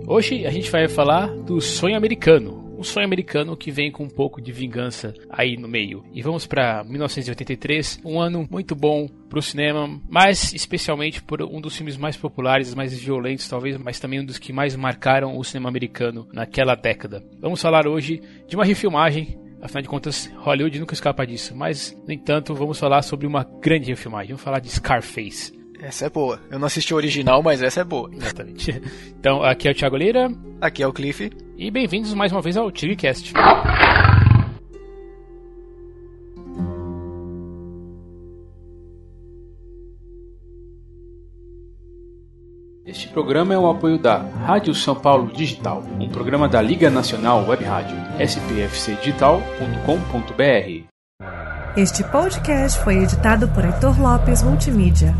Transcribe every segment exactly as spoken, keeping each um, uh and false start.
Hoje a gente vai falar do Sonho Americano. Um sonho americano que vem com um pouco de vingança aí no meio. E vamos para mil novecentos e oitenta e três, um ano muito bom para o cinema, mas especialmente por um dos filmes mais populares, mais violentos talvez, mas também um dos que mais marcaram o cinema americano naquela década. Vamos falar hoje de uma refilmagem, afinal de contas Hollywood nunca escapa disso, mas no entanto vamos falar sobre uma grande refilmagem, vamos falar de Scarface. Essa é boa. Eu não assisti o original, mas essa é boa. Exatamente. Então, aqui é o Thiago Lira. Aqui é o Cliff. E bem-vindos mais uma vez ao TigreCast. Este programa é o apoio da Rádio São Paulo Digital, um programa da Liga Nacional Web Rádio, s p f c digital ponto com ponto b r. Este podcast foi editado por Heitor Lopes Multimídia.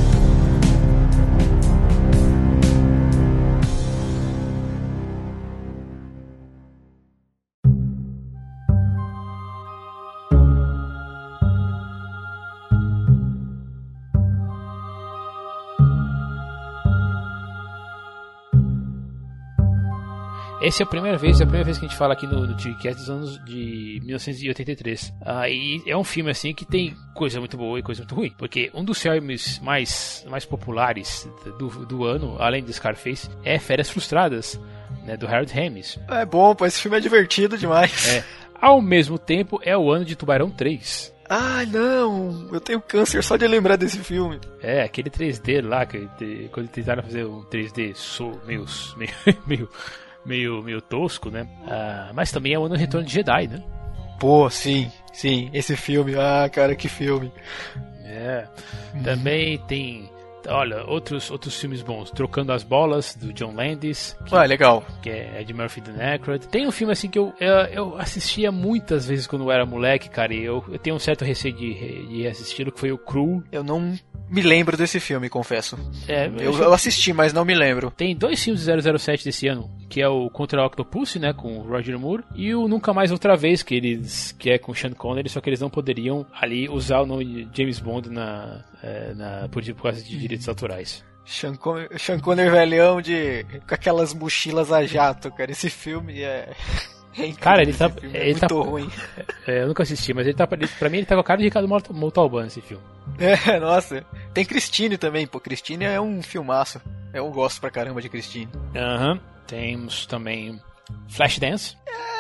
Essa é a primeira vez, é a primeira vez que a gente fala aqui no, no TigreCast dos anos de mil novecentos e oitenta e três. Ah, e é um filme assim que tem coisa muito boa e coisa muito ruim. Porque um dos filmes mais, mais populares do, do ano, além de Scarface, é Férias Frustradas, né, do Harold Ramis. É bom, pô, esse filme é divertido demais. É. Ao mesmo tempo, é o ano de Tubarão três. Ah, não! Eu tenho câncer só de lembrar desse filme. É, aquele três D lá, que, quando tentaram fazer um três D so, meio... meio, meio Meio, meio tosco, né? Ah, mas também é o ano do Retorno de Jedi, né? Pô, sim, sim, esse filme, ah, cara, que filme. É, hum. Também tem, olha, outros, outros filmes bons. Trocando as Bolas, do John Landis. Que, ah, legal. Que é Ed Murphy e Dan Aykroyd. Tem um filme assim que eu, eu, eu assistia muitas vezes quando eu era moleque, cara, e eu, eu tenho um certo receio de, de assisti-lo, que foi o Cruel. Eu não me lembro desse filme, confesso. É, eu, eu assisti, mas não me lembro. Tem dois filmes de zero zero sete desse ano, que é o Contra o Octopus, né, com o Roger Moore, e o Nunca Mais Outra Vez, que eles que é com o Sean Connery, só que eles não poderiam ali usar o nome de James Bond na, é, na, por, por causa de direitos autorais. Sean Connery, Sean Connery velhão de, com aquelas mochilas a jato, cara. Esse filme é... É cara, ele tá, filme, ele é muito tá ruim. É, eu nunca assisti, mas ele tá, pra mim ele tá com a cara de Ricardo Montalbán nesse filme. É, nossa. Tem Christine também, pô. Christine é um filmaço. Eu gosto pra caramba de Christine. Aham. Uhum. Temos também Flashdance.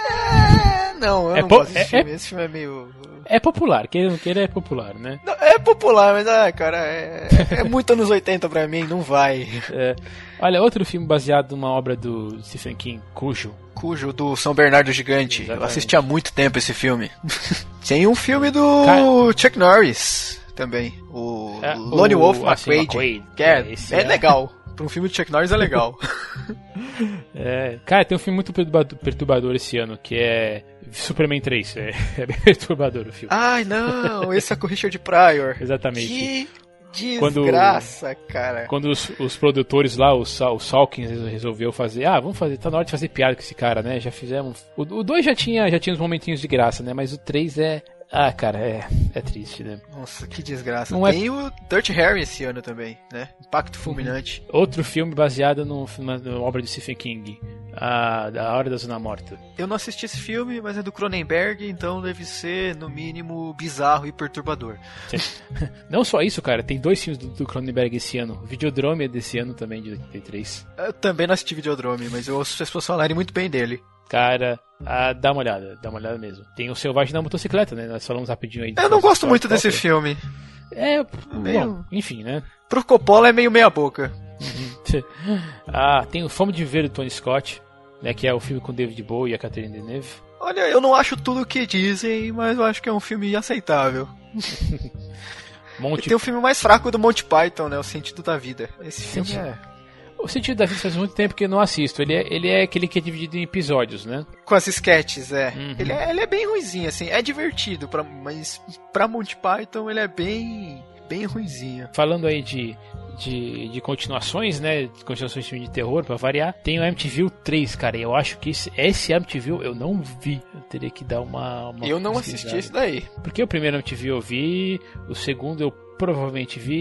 É, não, eu é não po- gosto desse é, filme. Esse filme é meio... É popular, que ele, que ele é popular, né? Não, é popular, mas, ah, cara, é, é muito anos oitenta pra mim, não vai. É. Olha, outro filme baseado numa obra do Stephen King, Cujo. Cujo, do São Bernardo Gigante. Exatamente. Eu assisti há muito tempo esse filme. Tem um filme do cara... Chuck Norris também. O é, Lone Wolf McQuaid. Que é, é, é legal. Pra um filme do Chuck Norris é legal. É, cara, tem um filme muito perturbador esse ano, que é Superman três. É, é bem perturbador o filme. Ai, não, esse é com o Richard Pryor. Exatamente. Que desgraça, quando, cara. Quando os, os produtores lá, o, o Salkins resolveu fazer, ah, vamos fazer, tá na hora de fazer piada com esse cara, né? Já fizemos. O dois já tinha, já tinha uns momentinhos de graça, né? Mas o três é... Ah, cara, é, é triste, né? Nossa, que desgraça. Não Tem é... o Dirty Harry esse ano também, né? Impacto Fulminante. Uhum. Outro filme baseado no, numa, numa obra de Stephen King, A, a Hora da Zona Morta. Eu não assisti esse filme, mas é do Cronenberg, então deve ser, no mínimo, bizarro e perturbador. Não só isso, cara, tem dois filmes do, do Cronenberg esse ano. Videodrome é desse ano também, de oitenta e três. Eu também não assisti Videodrome, mas eu ouço as pessoas falarem muito bem dele. Cara, ah, dá uma olhada, dá uma olhada mesmo. Tem o Selvagem da Motocicleta, né? Nós falamos rapidinho aí. Eu não gosto muito desse filme. É, meio... bom, enfim, né? Pro Coppola é meio meia boca. Ah, tem o Fome de Viver do Tony Scott, né? Que é o filme com David Bowie e a Catherine Deneuve. Olha, eu não acho tudo o que dizem, mas eu acho que é um filme aceitável. Monty... Tem o filme mais fraco do Monty Python, né? O Sentido da Vida. Esse filme Sentido... é... O Sentido da Vida faz muito tempo que eu não assisto. Ele é, ele é aquele que é dividido em episódios, né? Com as sketches, é. Uhum. Ele é. Ele é bem ruinzinho, assim. É divertido, pra, mas pra Monty Python ele é bem... bem ruinzinho. Falando aí de... De, de continuações, né? De continuações de filme de terror, pra variar. Tem o Amityville três, cara. Eu acho que esse, esse Amityville eu não vi. Eu teria que dar uma. uma eu não assisti esse daí. Porque o primeiro Amityville eu vi, o segundo eu provavelmente vi.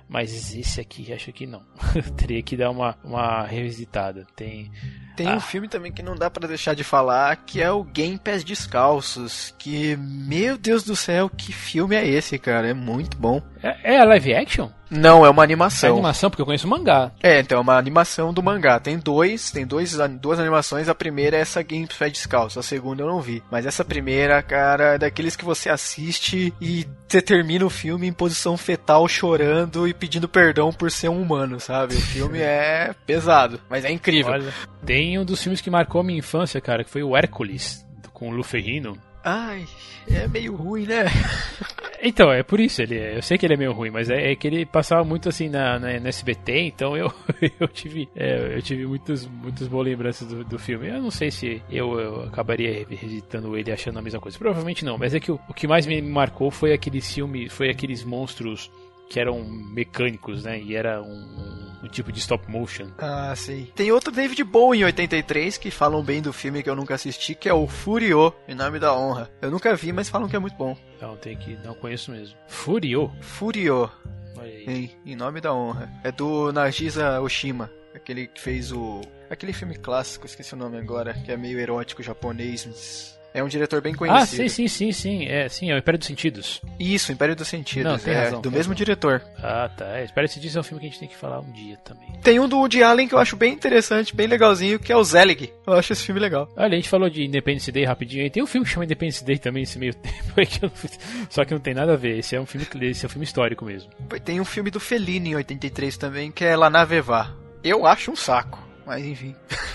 mas esse aqui acho que não. Teria que dar uma, uma revisitada. Tem... Tem ah. um filme também que não dá pra deixar de falar, que é o Game Pés Descalços, que, meu Deus do céu, que filme é esse, cara? É muito bom. É, é a live action? Não, é uma animação. É animação, porque eu conheço o mangá. É, então é uma animação do mangá. Tem dois, tem dois, duas animações. A primeira é essa Game Pés Descalços, a segunda eu não vi. Mas essa primeira, cara, é daqueles que você assiste e você termina o filme em posição fetal, chorando e pedindo perdão por ser um humano, sabe? O filme é pesado, mas é incrível. Olha, tem um dos filmes que marcou a minha infância, cara, que foi o Hércules, com o Lu Ferrigno. Ai, é meio ruim, né? Então, é por isso, ele é, eu sei que ele é meio ruim, mas é, é que ele passava muito assim na, na, na S B T, então eu, eu tive, é, eu tive muitas, muitas boas lembranças do, do filme. Eu não sei se eu, eu acabaria revisitando ele achando a mesma coisa, provavelmente não, mas é que o, o que mais me marcou foi aqueles filmes, foi aqueles monstros que eram mecânicos, né? E era um, um, um tipo de stop motion. Ah, sim. Tem outro David Bowie em oitenta e três que falam bem do filme que eu nunca assisti, que é o Furiô, em nome da honra. Eu nunca vi, mas falam que é muito bom. Não, tem que... Não conheço mesmo. Furiô? Furiô. Em, em nome da honra. É do Nagisa Oshima. Aquele que fez o... Aquele filme clássico, esqueci o nome agora, que é meio erótico japonês, mas... É um diretor bem conhecido. Ah, sim, sim, sim, sim. É, sim, é o Império dos Sentidos. Isso, Império dos Sentidos. Não, tem é razão, do tem mesmo razão. diretor. Ah, tá. É, Império dos Sentidos é um filme que a gente tem que falar um dia também. Tem um do Woody Allen que eu acho bem interessante, bem legalzinho, que é o Zelig. Eu acho esse filme legal. Olha, a gente falou de Independence Day rapidinho. E tem um filme que chama Independence Day também nesse meio tempo. Só que não tem nada a ver. Esse é um filme, esse é um filme histórico mesmo. Tem um filme do Fellini em oitenta e três também, que é La Nave Va. Eu acho um saco, mas enfim.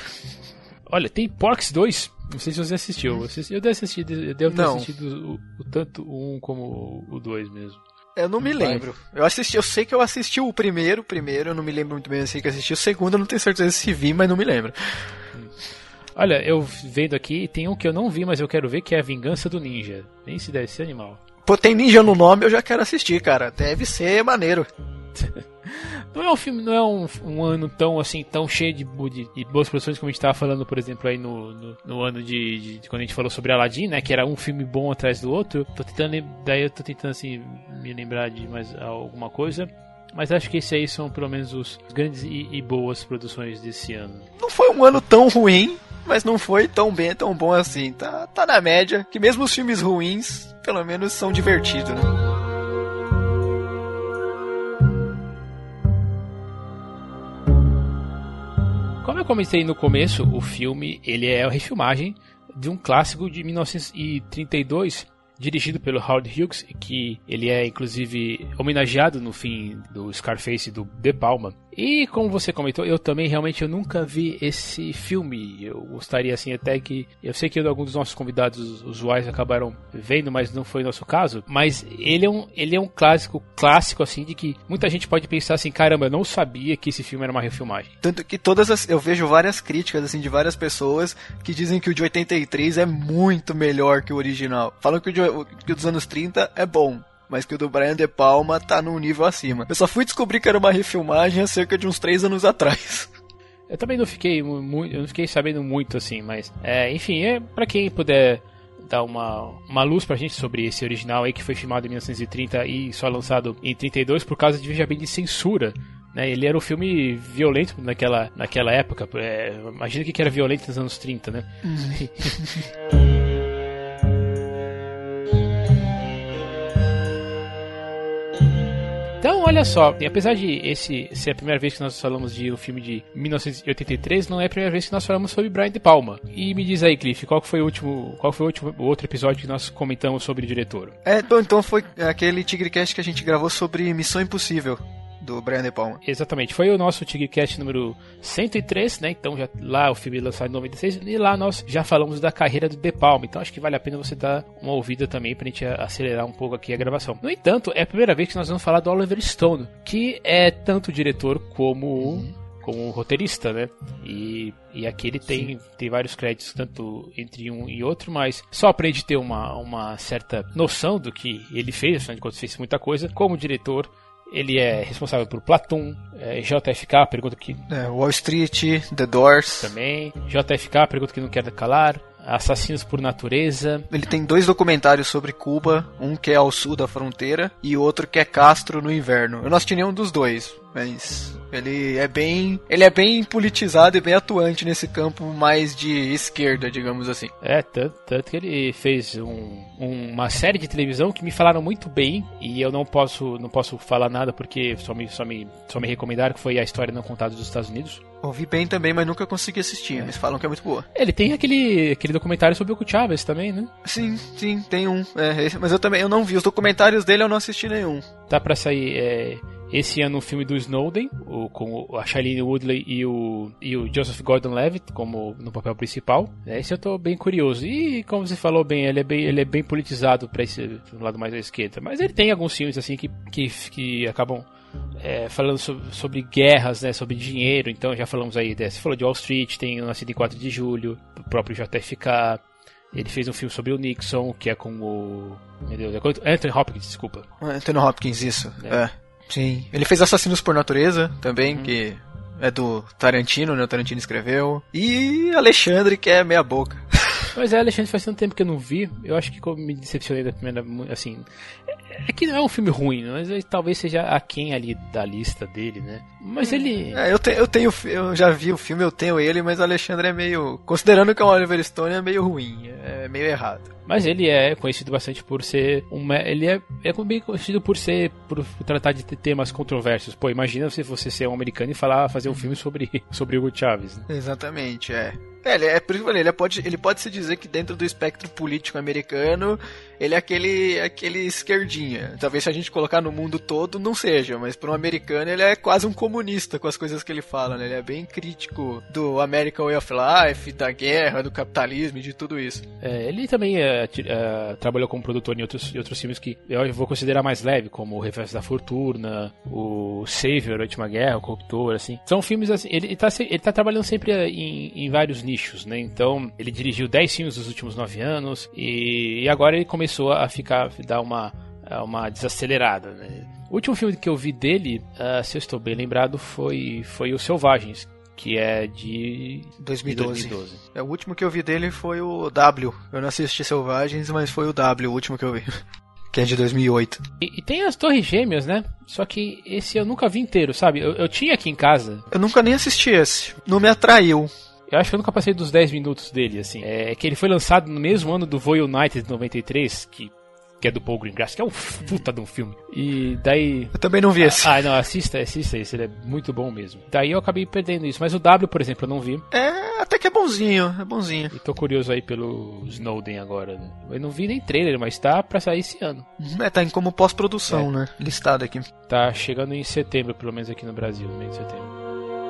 Olha, tem Porcs dois. Não sei se você assistiu. Eu, assisti, eu devo assistir, eu devo ter não. assistido o, o, tanto o um como o dois mesmo. Eu não me lembro. Eu assisti, eu sei que eu assisti o primeiro, primeiro, eu não me lembro muito bem, eu sei que eu assisti o segundo, eu não tenho certeza se vi, mas não me lembro. Olha, eu vendo aqui, tem um que eu não vi, mas eu quero ver, que é A Vingança do Ninja. Nem se deve ser animal. Pô, tem ninja no nome, eu já quero assistir, cara. Deve ser maneiro. Não é um filme, não é um, um ano tão assim, tão cheio de, de, de boas produções como a gente estava falando, por exemplo, aí no, no, no ano de, de, de quando a gente falou sobre Aladdin, né? Que era um filme bom atrás do outro. Tô tentando, daí eu tô tentando assim me lembrar de mais alguma coisa. Mas acho que esses aí são pelo menos os grandes e, e boas produções desse ano. Não foi um ano tão ruim, mas não foi tão bem, tão bom assim. Tá, tá na média, que mesmo os filmes ruins, pelo menos são divertidos, né? Como eu comentei no começo, o filme ele é a refilmagem de um clássico de mil novecentos e trinta e dois, dirigido pelo Howard Hughes, que ele é inclusive homenageado no fim do Scarface do De Palma. E como você comentou, eu também realmente eu nunca vi esse filme. Eu gostaria assim até que... Eu sei que alguns dos nossos convidados usuais acabaram vendo, mas não foi o nosso caso. Mas ele é um, ele é um clássico, clássico assim, de que muita gente pode pensar assim, caramba, eu não sabia que esse filme era uma refilmagem. Tanto que todas as... Eu vejo várias críticas assim de várias pessoas que dizem que o de oitenta e três é muito melhor que o original. Falam que o, de, que o dos anos trinta é bom, mas que o do Brian De Palma tá num nível acima. Eu só fui descobrir que era uma refilmagem há cerca de uns três anos atrás. Eu também não fiquei muito, eu não fiquei sabendo muito assim, mas é, enfim, é para quem puder dar uma, uma luz pra gente sobre esse original aí que foi filmado em mil novecentos e trinta e só lançado em trinta e dois por causa de, veja bem, de censura. Né, ele era um filme violento naquela, naquela época. É, imagina o que era violento nos anos trinta, né? Então, olha só, e apesar de esse ser a primeira vez que nós falamos de um filme de mil novecentos e oitenta e três, não é a primeira vez que nós falamos sobre Brian De Palma. E me diz aí, Cliff, qual foi o último, qual foi o último o outro episódio que nós comentamos sobre o diretor? É, bom, então foi aquele Tigrecast que a gente gravou sobre Missão Impossível, do Brian De Palma. Exatamente, foi o nosso Tigrecast número cento e três, né? Então já lá o filme lançado em noventa e seis e lá nós já falamos da carreira do De Palma. Então acho que vale a pena você dar uma ouvida também pra gente acelerar um pouco aqui a gravação. No entanto, é a primeira vez que nós vamos falar do Oliver Stone, que é tanto diretor como uhum. como roteirista, né? E, e aqui ele tem, tem vários créditos, tanto entre um e outro, mas só pra gente ter uma, uma certa noção do que ele fez, afinal de contas fez muita coisa, como diretor. Ele é responsável por Platoon, é, J F K, pergunta que... É, Wall Street, The Doors. Também. J F K, pergunta que não quer calar. Assassinos por Natureza. Ele tem dois documentários sobre Cuba, um que é ao sul da fronteira e outro que é Castro no inverno. Eu não assisti nenhum dos dois, mas ele é bem, ele é bem politizado e bem atuante nesse campo mais de esquerda, digamos assim. É, tanto, tanto que ele fez um, uma série de televisão que me falaram muito bem e eu não posso, não posso falar nada porque só me, só me, só me recomendaram, que foi A História Não Contada dos Estados Unidos. Ouvi bem também, mas nunca consegui assistir. É. Eles falam que é muito boa. Ele tem aquele, aquele documentário sobre o Hugo Chávez também, né? Sim, sim, tem um. É, esse, mas eu também eu não vi. Os documentários dele eu não assisti nenhum. Tá pra sair é, esse ano um filme do Snowden, o, com a Shailene Woodley e o, e o Joseph Gordon-Levitt como no papel principal. É, esse eu tô bem curioso. E como você falou bem, ele é bem, ele é bem politizado pra esse lado mais da esquerda. Mas ele tem alguns filmes assim que, que, que acabam... É, falando sobre, sobre guerras, né, sobre dinheiro. Então já falamos aí, né, você falou de Wall Street, tem o Nascido em quatro de julho, o próprio J F K. Ele fez um filme sobre o Nixon, que é com o... Meu Deus, é Anthony Hopkins, desculpa. Anthony Hopkins, isso. É. É. Sim. Ele fez Assassinos por Natureza também, uhum. que é do Tarantino, né? O Tarantino escreveu. E Alexandre, que é meia boca. Mas é, Alexandre, faz tanto tempo que eu não vi. Eu acho que como me decepcionei da primeira... Assim, é que não é um filme ruim, mas talvez seja aquém ali da lista dele, né? Mas ele... É, eu, te, eu tenho... Eu já vi o filme, eu tenho ele, mas o Alexandre é meio... Considerando que é o Oliver Stone, é meio ruim. É meio errado. Mas ele é conhecido bastante por ser um, ele é, é bem conhecido por ser por tratar de temas controversos. Pô, imagina se você ser um americano e falar, fazer um filme sobre sobre Hugo Chávez, né? Exatamente, é. É, ele é por isso que eu falei, ele pode, ele pode se dizer que dentro do espectro político americano, ele é aquele, aquele esquerdinha. Talvez se a gente colocar no mundo todo, não seja, mas para um americano ele é quase um comunista com as coisas que ele fala, né? Ele é bem crítico do American Way of Life, da guerra, do capitalismo e de tudo isso. É, ele também é, é, trabalhou como produtor em outros, em outros filmes que eu vou considerar mais leve, como O Reverso da Fortuna, o Savior, A Última Guerra, O Corruptor, assim. São filmes assim, ele tá, ele tá trabalhando sempre em, em vários nichos. Nichos, né? Então ele dirigiu dez filmes nos últimos nove anos e, e agora ele começou a ficar dar uma, uma desacelerada, né? O último filme que eu vi dele, uh, se eu estou bem lembrado, foi, foi Os Selvagens, que é de dois mil e doze. dois mil e doze. É, o último que eu vi dele foi o W. Eu não assisti Selvagens, mas foi o W, o último que eu vi. Que é de dois mil e oito. E, e tem as Torres Gêmeas, né? Só que esse eu nunca vi inteiro, sabe? Eu, eu tinha aqui em casa. Eu nunca nem assisti esse. Não me atraiu. Eu acho que eu nunca passei dos dez minutos dele, assim. É que ele foi lançado no mesmo ano do Voy United de noventa e três, que, que é do Paul Greengrass, que é um puta de um filme. E daí... Eu também não vi esse. Ah, não, assista, assista esse, ele é muito bom mesmo. Daí eu acabei perdendo isso, mas o W, por exemplo, eu não vi. É, até que é bonzinho, é bonzinho. E tô curioso aí pelo Snowden agora, né? Eu não vi nem trailer, mas tá pra sair esse ano. É, tá em como pós-produção, é. né? Listado aqui. Tá chegando em setembro, pelo menos aqui no Brasil, no meio de setembro.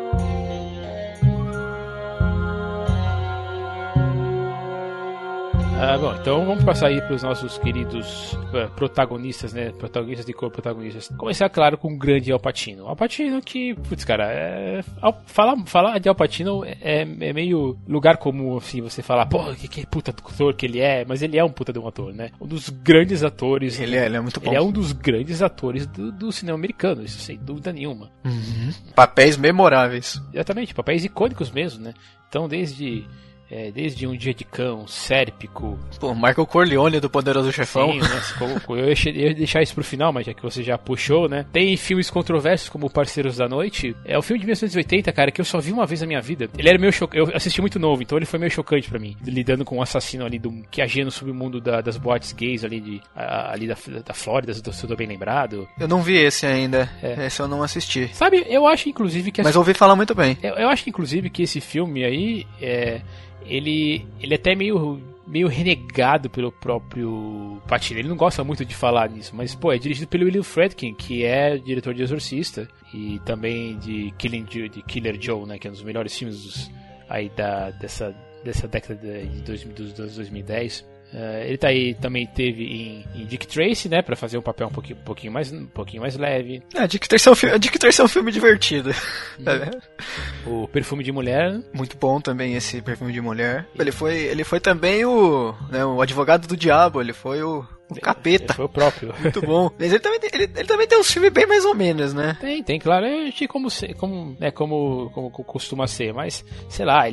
Ah, bom, então vamos passar aí para os nossos queridos uh, protagonistas, né? Protagonistas de cor, protagonistas. Começar, claro, com o grande Al Pacino. Al Pacino que, putz, cara, é... falar, falar de Al Pacino é, é meio lugar comum, assim, você falar, pô, que, que puta do ator que ele é, mas ele é um puta de um ator, né? Um dos grandes atores. Ele é, ele é muito bom. Ele é um dos grandes atores do, do cinema americano, isso sem dúvida nenhuma. Uhum. Papéis memoráveis. Exatamente, papéis icônicos mesmo, né? Então, desde... É, desde Um Dia de Cão, Sérpico... Pô, Michael Corleone do Poderoso Chefão. Sim, né? Eu ia deixar isso pro final, mas já que você já puxou, né? Tem filmes controversos como Parceiros da Noite. É o filme de mil novecentos e oitenta, cara, que eu só vi uma vez na minha vida. Ele era meio chocante. Eu assisti muito novo, então ele foi meio chocante pra mim. Lidando com um assassino ali do, que agia no submundo da, das boates gays ali, de, a, ali da, da Flórida, se eu tô bem lembrado. Eu não vi esse ainda. É. Esse eu não assisti. Sabe, eu acho inclusive que... Mas ouvi falar muito bem. Eu, eu acho inclusive que esse filme aí... é Ele, ele é até meio, meio renegado pelo próprio Pacino. Ele não gosta muito de falar nisso, mas, pô, é dirigido pelo William Friedkin, que é diretor de Exorcista e também de, Killing, de Killer Joe, né, que é um dos melhores filmes dos, aí da, dessa, dessa década de dois mil, dos anos dois mil e dez. Uh, ele tá aí, também teve em, em Dick Tracy, né, pra fazer um papel um pouquinho, um pouquinho, mais, um pouquinho mais leve. É, Dick Tracy é um filme, Dick Tracy é um filme divertido. Uhum. O Perfume de Mulher. Muito bom também esse Perfume de Mulher. Ele foi, ele foi também o, né, o advogado do diabo, ele foi o, o capeta. Ele foi o próprio. Muito bom. Mas ele também, tem, ele, ele também tem uns filmes bem mais ou menos, né? Tem, tem, claro. Eu achei como, como, né, como, como costuma ser, mas, sei lá, ele...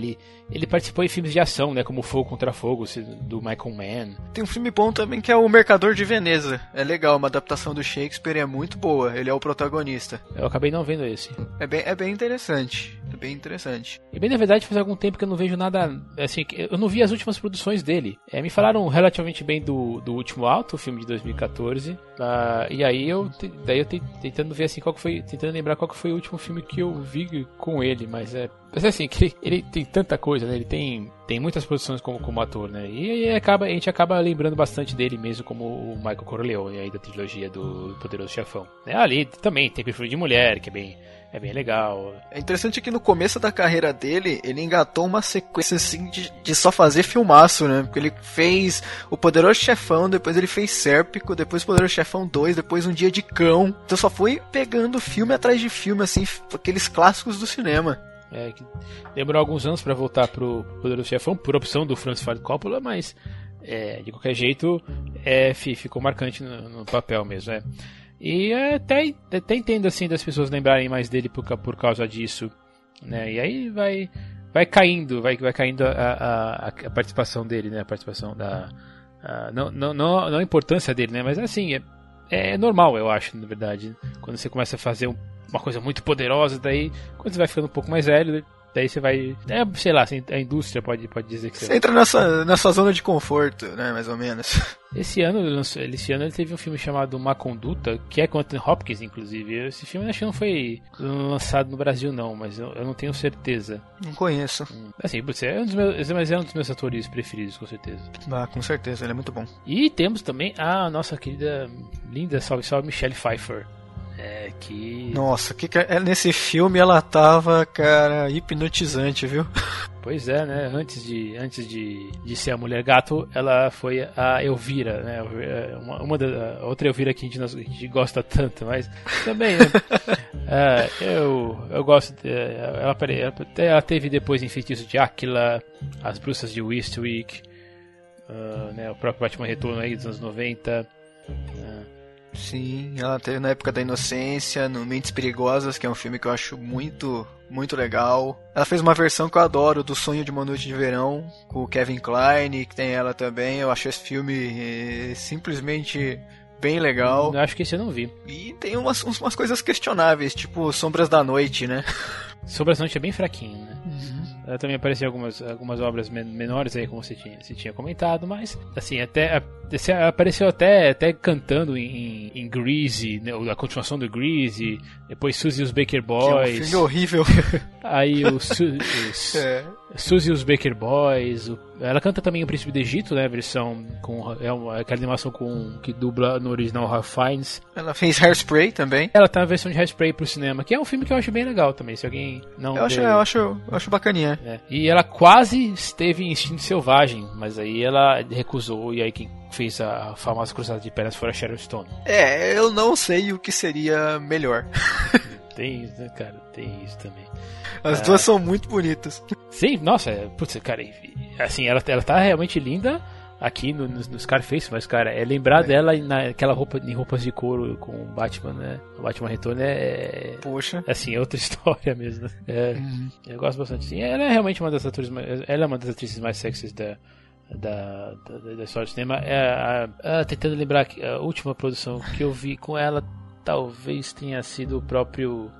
ele participou em filmes de ação, né? Como Fogo contra Fogo, do Michael Mann. Tem um filme bom também que é O Mercador de Veneza. É legal, uma adaptação do Shakespeare, é muito boa. Ele é o protagonista. Eu acabei não vendo esse. É bem, é bem interessante. É bem interessante. E bem, na verdade, faz algum tempo que eu não vejo nada... Assim, eu não vi as últimas produções dele. É, me falaram relativamente bem do, do Último Alto, o filme de dois mil e catorze. Uh, e aí eu, daí eu te, tentando ver assim, qual que foi... Tentando lembrar qual que foi o último filme que eu vi com ele, mas é... Mas assim, que ele, ele tem tanta coisa, né? Ele tem, tem muitas produções como, como ator, né? E, e acaba, a gente acaba lembrando bastante dele mesmo como o Michael Corleone aí da trilogia do Poderoso Chefão. É, ali também tem Perfil de Mulher, que é bem, é bem legal. É interessante que no começo da carreira dele, ele engatou uma sequência assim de, de só fazer filmaço, né? Porque ele fez o Poderoso Chefão, depois ele fez Sérpico, depois o Poderoso Chefão dois, depois Um Dia de Cão. Então só foi pegando filme atrás de filme, assim, aqueles clássicos do cinema. É, que demorou alguns anos pra voltar pro Poderoso Chefão, por opção do Francis Ford Coppola, mas é, de qualquer jeito é, ficou marcante no, no papel mesmo. É. E é, até, até entendo assim das pessoas lembrarem mais dele por, por causa disso, né? E aí vai, vai caindo, vai, vai caindo a, a, a participação dele, né? A participação da. A, não, não, não, não a importância dele, né? Mas assim, é, é normal, eu acho, na verdade, quando você começa a fazer um uma coisa muito poderosa, daí quando você vai ficando um pouco mais velho, daí você vai, é, sei lá, a indústria pode, pode dizer que você, você entra nessa, nessa zona de conforto, né, mais ou menos. Esse ano, esse ano ele teve um filme chamado Má Conduta, que é com Anthony Hopkins, inclusive. Esse filme acho que não foi lançado no Brasil não, mas eu, eu não tenho certeza. Não conheço. Assim, você é um dos meus, mas é um dos meus atores preferidos, com certeza. Ah, com certeza, ele é muito bom. E temos também a nossa querida, linda, salve salve, Michelle Pfeiffer. É que... Nossa, que, que nesse filme ela tava, cara, hipnotizante, viu? Pois é, né? Antes de, antes de, de ser a Mulher Gato, ela foi a Elvira, né? Uma, uma da, a outra Elvira que a gente, a gente gosta tanto, mas também, né? é, eu, eu gosto. De, ela, ela teve depois em Feitiço de Áquila, As Bruxas de Eastwick, uh, né? O próprio Batman Retorno aí dos anos noventa. Uh, Sim, ela teve na época da Inocência, no Mentes Perigosas, que é um filme que eu acho muito, muito legal. Ela fez uma versão que eu adoro, do Sonho de uma Noite de Verão, com o Kevin Kline, que tem ela também. Eu acho esse filme eh, simplesmente bem legal. Eu acho que esse eu não vi. E tem umas, umas coisas questionáveis, tipo Sombras da Noite, né? Sombras da Noite é bem fraquinho, né? Uhum. Ela também apareceu em algumas, algumas obras menores aí, como você tinha, você tinha comentado, mas assim, até apareceu até, até cantando em, em Grease, né, a continuação do Grease, depois Suzy e os Baker Boys. Que é um filme horrível. Aí o Su, os, é. Suzy e os Baker Boys. O, ela canta também O Príncipe do Egito, né? A versão com é uma, aquela animação com, que dubla no original Ralph Fiennes. Ela fez Hairspray também. Ela tá na versão de Hairspray pro cinema, que é um filme que eu acho bem legal também. Se alguém não. Eu acho, eu acho, eu acho bacaninha. É. E ela quase esteve em Instinto Selvagem, mas aí ela recusou, e aí quem fez a famosa cruzada de pernas foi a Sharon Stone. É, eu não sei o que seria melhor. Tem isso, né, cara? Tem isso também. As ah, duas são muito bonitas. Sim, nossa, putz, cara, assim, ela, ela tá realmente linda aqui no, no, no Scarface, mas, cara, é lembrar é. dela naquela roupa, em roupas de couro com o Batman, né? O Batman Retorno é... Poxa. Assim, é outra história mesmo. É, uhum. Eu gosto bastante. Sim, ela é realmente uma das atrizes mais, ela é uma das atrizes mais sexys da, da, da, da história do cinema. É, a, a, tentando lembrar que a última produção que eu vi com ela talvez tenha sido o próprio...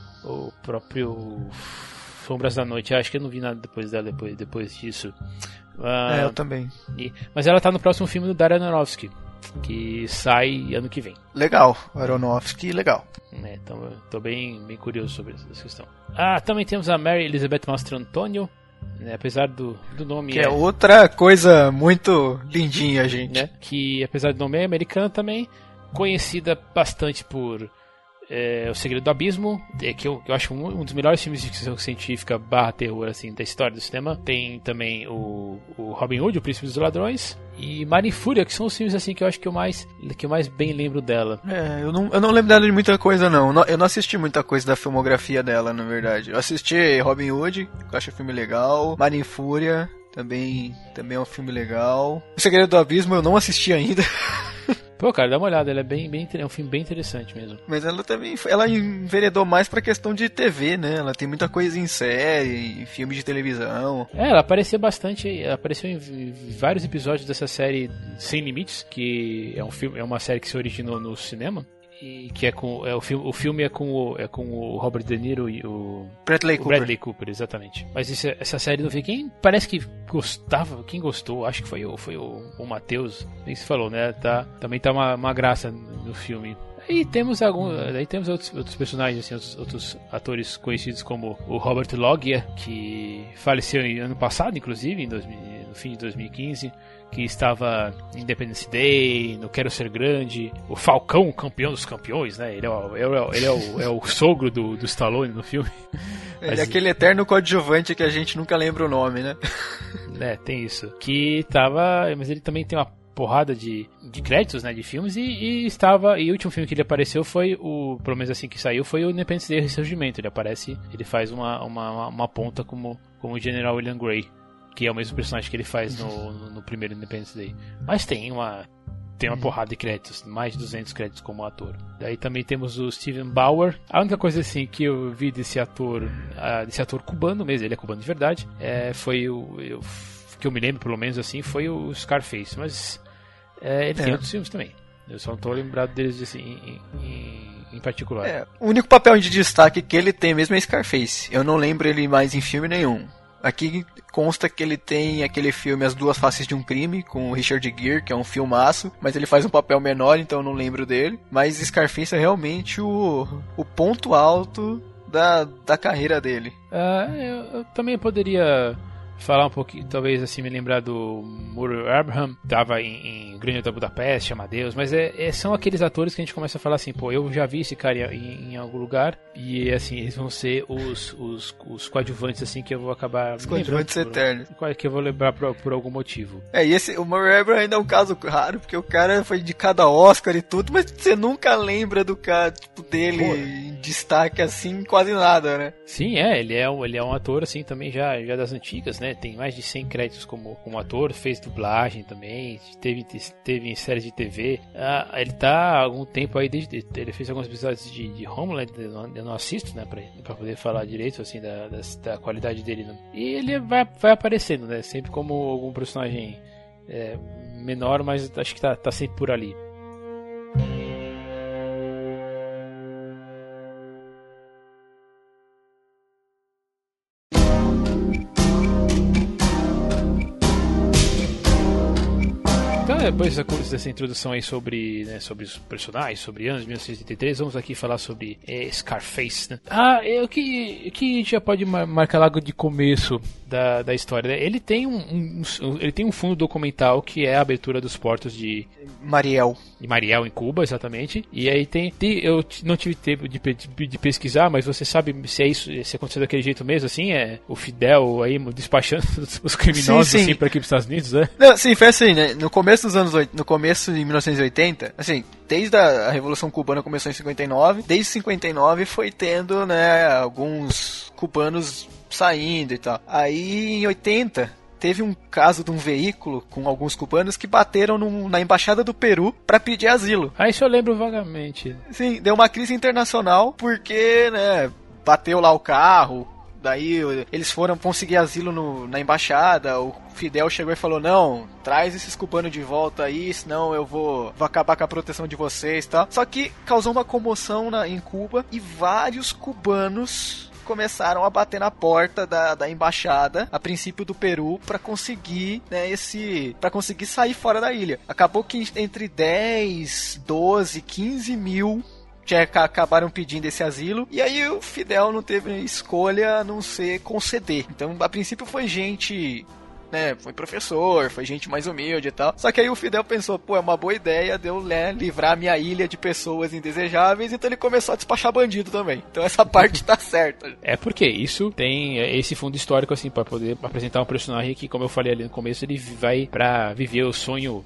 O próprio... Sombras da Noite. Eu acho que eu não vi nada depois dela, depois, depois disso. Uh, é, eu também. E, mas ela tá no próximo filme do Darren Aronofsky, que sai ano que vem. Legal, Aronofsky, legal. É, então eu tô bem, bem curioso sobre essa questão. Ah, também temos a Mary Elizabeth Mastrantonio, né, apesar do, do nome... Que é, é outra coisa muito lindinha, gente. Né, que apesar do nome é americana também, conhecida bastante por... É, O Segredo do Abismo, é, que, eu, que eu acho um, um dos melhores filmes de ficção científica barra terror assim, da história do cinema. Tem também o, o Robin Hood, O Príncipe dos Ladrões, e Mar em Fúria, que são os filmes assim que eu acho que eu mais, que eu mais bem lembro dela. É, eu não, eu não lembro dela de muita coisa não. Eu não assisti muita coisa da filmografia dela, na verdade. Eu assisti Robin Hood, que eu acho um filme legal, Mar em Fúria, também, também é um filme legal. O Segredo do Abismo eu não assisti ainda. Pô, cara, dá uma olhada, ela é bem, bem, é um filme bem interessante mesmo. Mas ela também, ela enveredou mais pra questão de T V, né? Ela tem muita coisa em série, em filme de televisão. É, ela apareceu bastante, ela apareceu em vários episódios dessa série Sem Limites, que é um filme, é uma série que se originou no cinema. E que é com é, o filme o filme é com o é com o Robert De Niro e o Bradley, o Cooper. Bradley Cooper, exatamente. Mas isso, essa série não vi quem parece que gostava, quem gostou, acho que foi o foi o, o Matheus, nem se falou, né? Tá, também tá uma, uma graça no filme. Aí temos alguns, aí temos outros, outros personagens, assim, outros, outros atores conhecidos como o Robert Loggia, que faleceu em ano passado, inclusive, em dois mil, no fim de dois mil e quinze. Que estava em Independence Day, no Quero Ser Grande, o Falcão, o campeão dos campeões, né? Ele é o, ele é o, ele é o, é o sogro do, do Stallone no filme. Ele é aquele eterno coadjuvante que a gente nunca lembra o nome, né? É, tem isso. Que tava... Mas ele também tem uma porrada de, de créditos, né? De filmes e, e estava... E o último filme que ele apareceu foi o... Pelo menos assim que saiu, foi o Independence Day Ressurgimento. Ele aparece... Ele faz uma, uma, uma ponta como, como o General William Gray. Que é o mesmo personagem que ele faz no, no, no primeiro Independence Day. Mas tem uma tem uma porrada de créditos, mais de duzentos créditos como ator. Daí também temos o Steven Bauer. A única coisa assim que eu vi desse ator, uh, desse ator cubano mesmo, ele é cubano de verdade, é, foi o eu, que eu me lembro pelo menos assim, foi o Scarface. Mas é, ele é. tem outros filmes também. Eu só não tô lembrado deles assim, em, em, em particular. É, o único papel de destaque que ele tem mesmo é Scarface. Eu não lembro ele mais em filme nenhum. Aqui consta que ele tem aquele filme As Duas Faces de um Crime, com o Richard Gere, que é um filmaço, mas ele faz um papel menor, então eu não lembro dele. Mas Scarface é realmente o, o ponto alto da, da carreira dele. Uh, eu, eu também poderia falar um pouquinho, talvez assim, me lembrar do Murray Abraham, tava em, em Grande Hotel Budapeste, Amadeus, mas é, é, são aqueles atores que a gente começa a falar assim, pô, eu já vi esse cara em, em algum lugar, e assim, eles vão ser os, os, os coadjuvantes, assim, que eu vou acabar... Os coadjuvantes eternos. Que eu vou lembrar por, por algum motivo. É, e esse, o Murray Abraham ainda é um caso raro, porque o cara foi indicado a Oscar e tudo, mas você nunca lembra do cara, tipo, dele pô. Em destaque, assim, quase nada, né? Sim, é, ele é, ele é um ator, assim, também já, já das antigas, né? Tem mais de cem créditos como, como ator, fez dublagem também, teve, teve em séries de T V. Ah, ele tá há algum tempo aí, desde, ele fez alguns episódios de, de Homeland, eu não, eu não assisto, né, pra, pra poder falar direito, assim, da, da, da qualidade dele. Né? E ele vai, vai aparecendo, né, sempre como algum personagem é, menor, mas acho que tá, tá sempre por ali. Depois dessa introdução aí sobre, né, sobre os personagens, sobre anos de mil novecentos e oitenta e três, vamos aqui falar sobre é, Scarface, né? Ah, é o que, que já pode marcar logo de começo da, da história, né? Ele tem um, um, um, ele tem um fundo documental que é a abertura dos portos de Mariel. De Mariel, em Cuba, exatamente. E aí tem, tem eu não tive tempo de, de, de pesquisar, mas você sabe se é isso, se aconteceu daquele jeito mesmo, assim, é o Fidel aí despachando os criminosos, sim, sim. assim, para aqui pros Estados Unidos, né? Não, sim, foi assim, né? No começo dos anos no começo de mil novecentos e oitenta, assim, desde a, a Revolução Cubana começou em cinquenta e nove, desde cinquenta e nove foi tendo, né, alguns cubanos saindo e tal. Aí em oitenta teve um caso de um veículo com alguns cubanos que bateram num, na embaixada do Peru pra pedir asilo. Ah, isso eu lembro vagamente. Sim, deu uma crise internacional porque, né, bateu lá o carro. Daí eles foram conseguir asilo no, na embaixada, o Fidel chegou e falou, não, traz esses cubanos de volta aí, senão eu vou, vou acabar com a proteção de vocês e tal. Só que causou uma comoção na, em Cuba e vários cubanos começaram a bater na porta da, da embaixada, a princípio do Peru, para conseguir, né, esse, para conseguir sair fora da ilha. Acabou que entre dez, doze, quinze mil já acabaram pedindo esse asilo, e aí o Fidel não teve escolha a não ser conceder. Então, a princípio foi gente, né, foi professor, foi gente mais humilde e tal. Só que aí o Fidel pensou, pô, é uma boa ideia de eu, né, livrar minha ilha de pessoas indesejáveis, então ele começou a despachar bandido também. Então essa parte tá certa. É porque isso tem esse fundo histórico, assim, pra poder apresentar um personagem que, como eu falei ali no começo, ele vai pra viver o sonho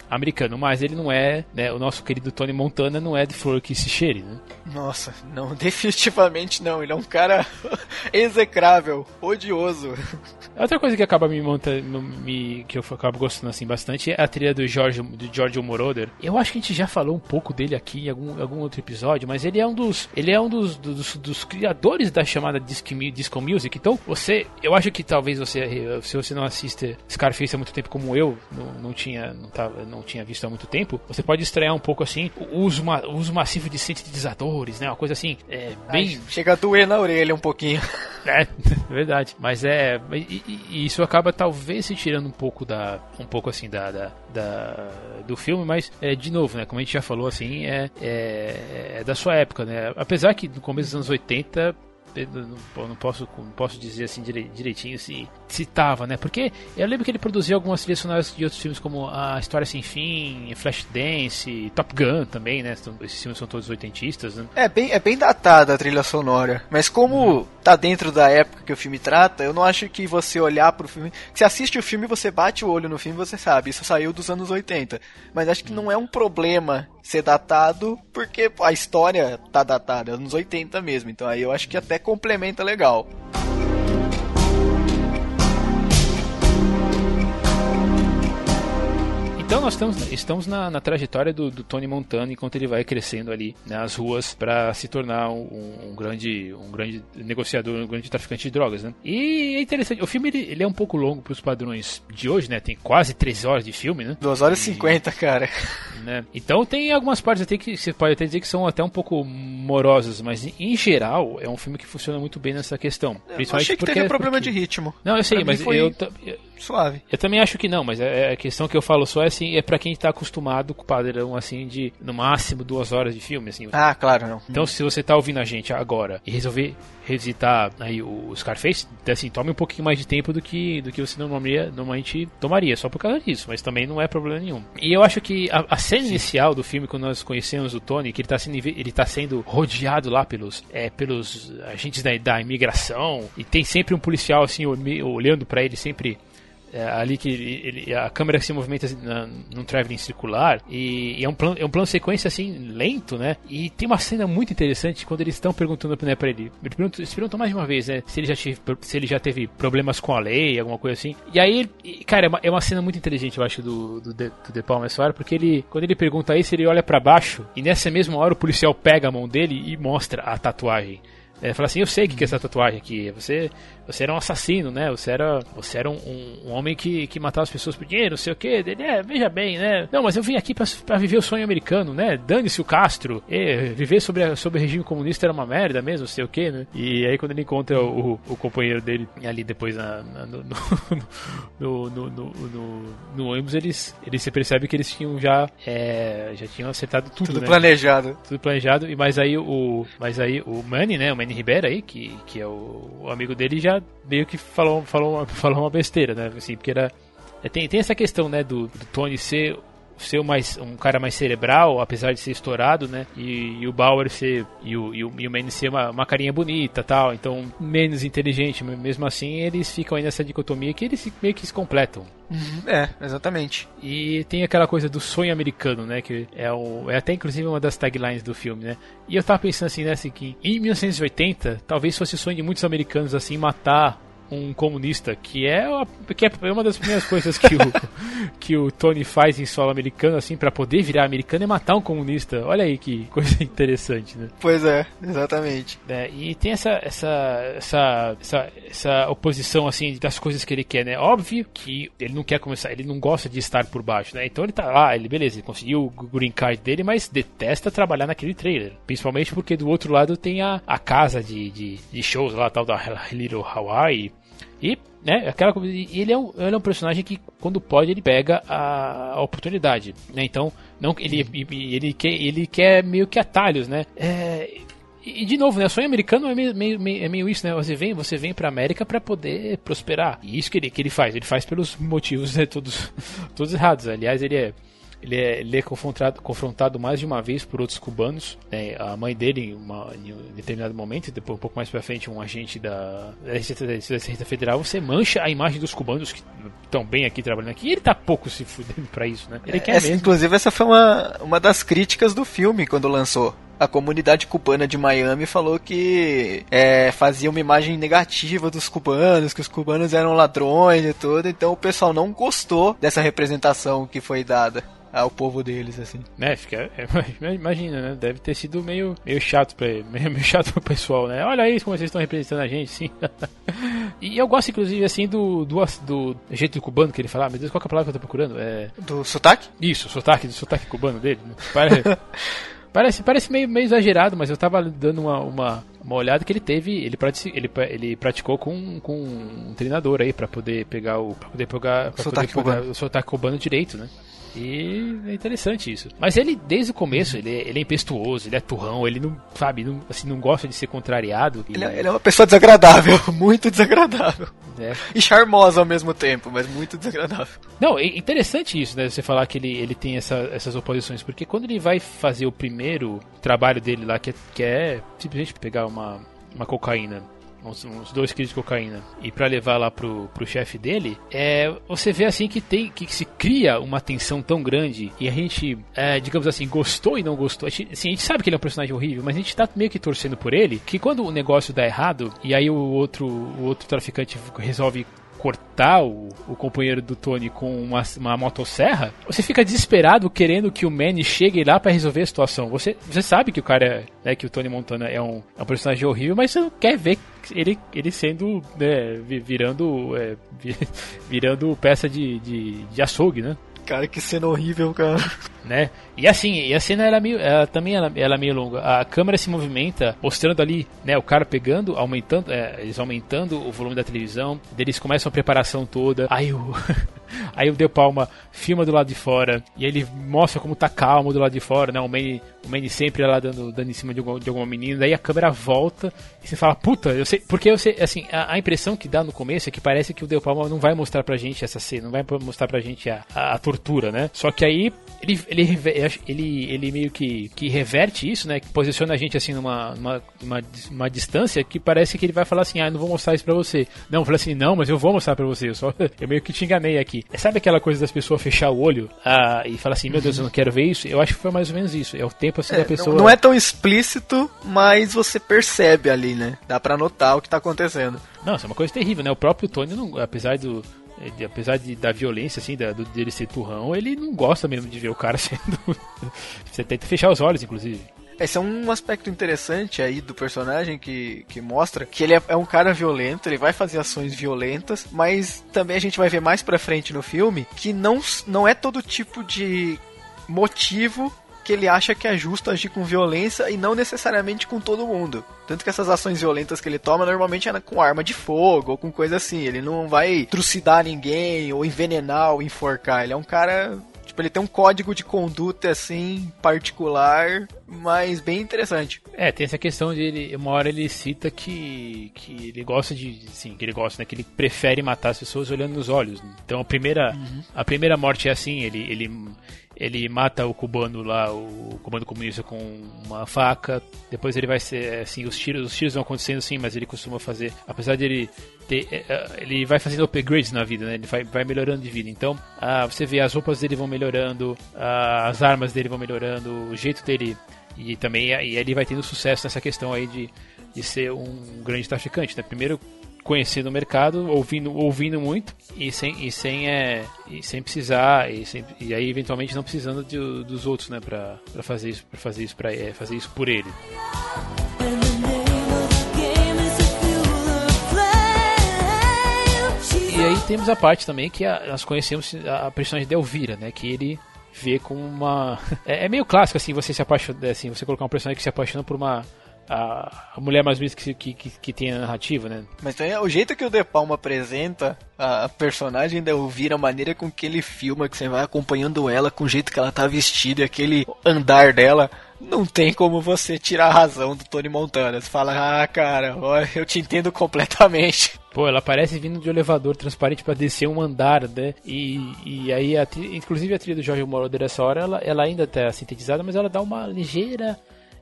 americano, mas ele não é, né, o nosso querido Tony Montana não é de flor que se cheire, né? Nossa, não, definitivamente não, ele é um cara execrável, odioso. Outra coisa que acaba me, monta, me que eu acabo gostando assim bastante é a trilha do George, do Giorgio Moroder. Eu acho que a gente já falou um pouco dele aqui em algum, algum outro episódio, mas ele é um dos ele é um dos, dos, dos criadores da chamada disco, disco music. Então, você, eu acho que talvez você, se você não assiste Scarface há muito tempo como eu, não, não tinha não, tava, não tinha visto há muito tempo, você pode estranhar um pouco assim o uso, o uso massivo de sintetizadores, né? Uma coisa assim, é, bem... Ai, chega a doer na orelha um pouquinho. É, verdade. Mas é... E, e isso acaba talvez se tirando um pouco da... Um pouco assim da... da, da do filme, mas é, de novo, né? Como a gente já falou, assim, é, é, é da sua época, né? Apesar que no começo dos anos oitenta... Não, não, posso, não posso dizer assim direitinho se citava, né? Porque eu lembro que ele produziu algumas trilhas sonoras de outros filmes como A História Sem Fim, Flashdance, Top Gun também, né? Esses filmes são todos oitentistas, né? É bem, é bem datada a trilha sonora, mas como uhum. tá dentro da época que o filme trata, eu não acho que você olhar pro filme... Você assiste o filme, você bate o olho no filme, você sabe, isso saiu dos anos oitenta. Mas acho que uhum. não é um problema ser datado, porque a história tá datada, é anos oitenta mesmo, então aí eu acho que até complementa legal. Então nós estamos, estamos na, na trajetória do, do Tony Montana enquanto ele vai crescendo ali nas ruas para se tornar um, um, grande, um grande negociador, um grande traficante de drogas, né? E é interessante, o filme ele, ele é um pouco longo para os padrões de hoje, né? Tem quase três horas de filme, né? duas horas e cinquenta, cara. Né? Então tem algumas partes até que você pode até dizer que são até um pouco morosas, mas em geral é um filme que funciona muito bem nessa questão. Eu achei que porque, teve problema porque... de ritmo. Não, eu sei, pra mas eu, eu, suave. Eu também acho que não, mas é, a questão que eu falo só é assim, é pra quem tá acostumado com o padrão assim de no máximo duas horas de filme, assim. Ah, claro, não. Então se você tá ouvindo a gente agora e resolver revisitar aí o Scarface, assim, tome um pouquinho mais de tempo do que, do que você normalmente, normalmente tomaria, só por causa disso, mas também não é problema nenhum. E eu acho que a, a cena Sim. inicial do filme, quando nós conhecemos o Tony, que ele tá sendo, ele tá sendo rodeado lá pelos, é, pelos agentes da, da imigração, e tem sempre um policial assim olhando pra ele, sempre é, ali que ele, ele, a câmera se movimenta na, num traveling circular e, e é um plano, é um plano sequência assim lento, né? E tem uma cena muito interessante quando eles estão perguntando, né, pra ele, ele pergunta, eles perguntam mais de uma vez, né, se ele já tive, se ele já teve problemas com a lei, alguma coisa assim. E aí, cara, é uma, é uma cena muito inteligente, eu acho, do, do, do, do De Palma Soares, porque ele, quando ele pergunta isso, ele olha pra baixo e nessa mesma hora o policial pega a mão dele e mostra a tatuagem. Ele fala assim, eu sei o que, que é essa tatuagem aqui. Você, você era um assassino, né? Você era, você era um, um, um homem que, que matava as pessoas por dinheiro, não sei o que. Ele, é, veja bem, né? Não, mas eu vim aqui pra, pra viver o sonho americano, né? Dane-se o Castro. E, viver sobre, a, sobre o regime comunista era uma merda mesmo, não sei o que, né? E aí quando ele encontra o, o companheiro dele ali depois na, na, no, no, no, no, no, no, no ônibus, eles, eles se percebe que eles tinham já, é, já tinham acertado tudo, tudo né? planejado. Tudo planejado. E mas aí o, mas aí o Manny, né? O Manny Ribeiro aí, que, que é o, o amigo dele, já meio que falou, falou, uma, falou uma besteira, né? Assim, porque era, tem, tem essa questão, né, do, do Tony ser, ser mais, um cara mais cerebral, apesar de ser estourado, né? E, e o Bauer ser, e o, e o, e o Manny ser uma, uma carinha bonita, tal, então menos inteligente, mesmo assim eles ficam aí nessa dicotomia que eles meio que se completam. Uhum. É, exatamente. E tem aquela coisa do sonho americano, né? Que é, o, é até inclusive uma das taglines do filme, né? E eu tava pensando assim, né? Assim, que em mil novecentos e oitenta, talvez fosse o sonho de muitos americanos, assim, matar um comunista, que é, uma, que é uma das primeiras coisas que o, que o Tony faz em solo americano, assim, pra poder virar americano é matar um comunista. Olha aí que coisa interessante, né? Pois é, exatamente. É, e tem essa, essa, essa, essa, essa oposição, assim, das coisas que ele quer, né? Óbvio que ele não quer começar, ele não gosta de estar por baixo, né? Então ele tá lá, ele, beleza, ele conseguiu o green card dele, mas detesta trabalhar naquele trailer. Principalmente porque do outro lado tem a, a casa de, de, de shows lá, tal da Little Hawaii. E, né, aquela, ele, é um, ele é um personagem que, quando pode, ele pega a, a oportunidade, né? Então, não, ele, ele, quer, ele quer meio que atalhos, né? É, e, de novo, né, o sonho americano é meio, meio, é meio isso, né? Você vem, você vem pra América pra poder prosperar. E isso que ele, que ele faz. Ele faz pelos motivos, né, todos, todos errados. Aliás, ele é... ele é, ele é confrontado, confrontado mais de uma vez por outros cubanos. Né? A mãe dele, uma, em um determinado momento, depois um pouco mais pra frente, um agente da, da Receita Federal, você mancha a imagem dos cubanos que estão bem aqui trabalhando aqui. E ele tá pouco se fudendo pra isso, né? Ele é, quer essa, mesmo. Inclusive, essa foi uma, uma das críticas do filme quando lançou. A comunidade cubana de Miami falou que é, fazia uma imagem negativa dos cubanos, que os cubanos eram ladrões e tudo, então o pessoal não gostou dessa representação que foi dada ao povo deles, assim. É, fica, é, imagina, né? Deve ter sido meio, meio chato pra ele, meio, meio chato pro pessoal, né? Olha aí como vocês estão representando a gente, sim. E eu gosto, inclusive, assim, do, do, do jeito cubano que ele fala. Ah, meu Deus, qual que é a palavra que eu tô procurando? É... Do sotaque? Isso, sotaque, do sotaque cubano dele. Né? Parece... Parece, parece meio, meio exagerado, mas eu tava dando uma, uma, uma olhada que ele teve, ele, pratic, ele, ele praticou com, com um treinador aí pra poder pegar o, pra poder pegar, pra sotaque poder pegar o sotaque cubano direito, né? E é interessante isso. Mas ele, desde o começo, ele, ele é impetuoso, ele é turrão, ele não, sabe, não, assim, não gosta de ser contrariado. Ele, e... ele é uma pessoa desagradável, muito desagradável. É. E charmosa ao mesmo tempo, mas muito desagradável. Não, é interessante isso, né? Você falar que ele, ele tem essa, essas oposições, porque quando ele vai fazer o primeiro trabalho dele lá, que é, que é simplesmente pegar uma, uma cocaína, uns, uns dois quilos de cocaína, e pra levar lá pro, pro chefe dele, é, você vê assim que tem que se cria uma tensão tão grande, e a gente, é, digamos assim, gostou e não gostou. A gente, assim, a gente sabe que ele é um personagem horrível, mas a gente tá meio que torcendo por ele, que quando o negócio dá errado, e aí o outro, o outro traficante resolve cortar o, o companheiro do Tony com uma, uma motosserra, você fica desesperado querendo que o Manny chegue lá pra resolver a situação. Você, você sabe que o cara, né, que o Tony Montana é um, é um personagem horrível, mas você não quer ver ele, ele sendo, né, virando, é, virando peça de, de, de açougue, né? Cara, que cena horrível, cara. Né? E assim, e a cena ela, meio, ela também ela, ela é meio longa. A câmera se movimenta, mostrando ali, né, o cara pegando, aumentando, é, eles aumentando o volume da televisão, eles começam a preparação toda. Aí o aí o De Palma filma do lado de fora e ele mostra como tá calmo do lado de fora, né? O Manny, o Manny sempre lá dando, dando em cima de, algum, de alguma menina. Daí a câmera volta e você fala, puta, eu sei, porque eu sei, assim, a, a impressão que dá no começo é que parece que o De Palma não vai mostrar pra gente essa cena, não vai mostrar pra gente a, a, a tortura, né? Só que aí ele, ele, ele, ele meio que, que reverte isso, né? Que posiciona a gente assim numa, numa, numa, uma distância que parece que ele vai falar assim, ah, eu não vou mostrar isso pra você. Não, eu falei assim, não, mas eu vou mostrar pra você, eu, só, eu meio que te enganei aqui. Sabe aquela coisa das pessoas fechar o olho ah, e falar assim, meu Deus, eu não quero ver isso? Eu acho que foi mais ou menos isso. É o tempo assim é, da pessoa... Não, não é tão explícito, mas você percebe ali, né? Dá pra notar o que tá acontecendo. Não, isso é uma coisa terrível, né? O próprio Tony, não, apesar do... apesar de, da violência, assim, da, do, dele ser turrão, ele não gosta mesmo de ver o cara sendo... Você tenta fechar os olhos, inclusive. Esse é um aspecto interessante aí do personagem que, que mostra que ele é, é um cara violento, ele vai fazer ações violentas, mas também a gente vai ver mais pra frente no filme que não, não é todo tipo de motivo que ele acha que é justo agir com violência e não necessariamente com todo mundo. Tanto que essas ações violentas que ele toma normalmente é com arma de fogo ou com coisa assim. Ele não vai trucidar ninguém ou envenenar ou enforcar. Ele é um cara... Tipo, ele tem um código de conduta, assim, particular, mas bem interessante. É, tem essa questão de ele, uma hora ele cita que, que ele gosta de, sim, que ele gosta, né, que ele prefere matar as pessoas olhando nos olhos. Né? Então a primeira, uhum. a primeira morte é assim, ele, ele, ele mata o cubano lá, o cubano comunista com uma faca, depois ele vai ser, assim, os tiros, os tiros vão acontecendo sim, mas ele costuma fazer, apesar de ele ter, ele vai fazendo upgrades na vida, né, ele vai, vai melhorando de vida, então ah, você vê as roupas dele vão melhorando, ah, as armas dele vão melhorando, o jeito dele, e também e ele vai tendo sucesso nessa questão aí de, de ser um grande traficante, né, primeiro conhecendo o mercado, ouvindo, ouvindo muito e sem, e sem, é, e sem precisar e, sem, e aí eventualmente não precisando de, dos outros, né, pra, pra fazer isso, pra fazer isso, pra, é, fazer isso por ele. E aí temos a parte também que a, nós conhecemos a, a personagem de Elvira, né, que ele vê como uma... É, é meio clássico, assim, você se apaixona, assim, você colocar um personagem que se apaixona por uma A, a mulher mais bonita que, que, que, que tem a narrativa, né? Mas também o jeito que o De Palma apresenta a personagem da Elvira, a maneira com que ele filma, que você vai acompanhando ela, com o jeito que ela tá vestida, aquele andar dela, não tem como você tirar a razão do Tony Montana. Você fala, ah, cara, olha, eu te entendo completamente. Pô, ela parece vindo de um elevador transparente pra descer um andar, né? E, e aí, a trilha, inclusive a trilha do Jorge Moroder dessa hora, ela, ela ainda tá sintetizada, mas ela dá uma ligeira...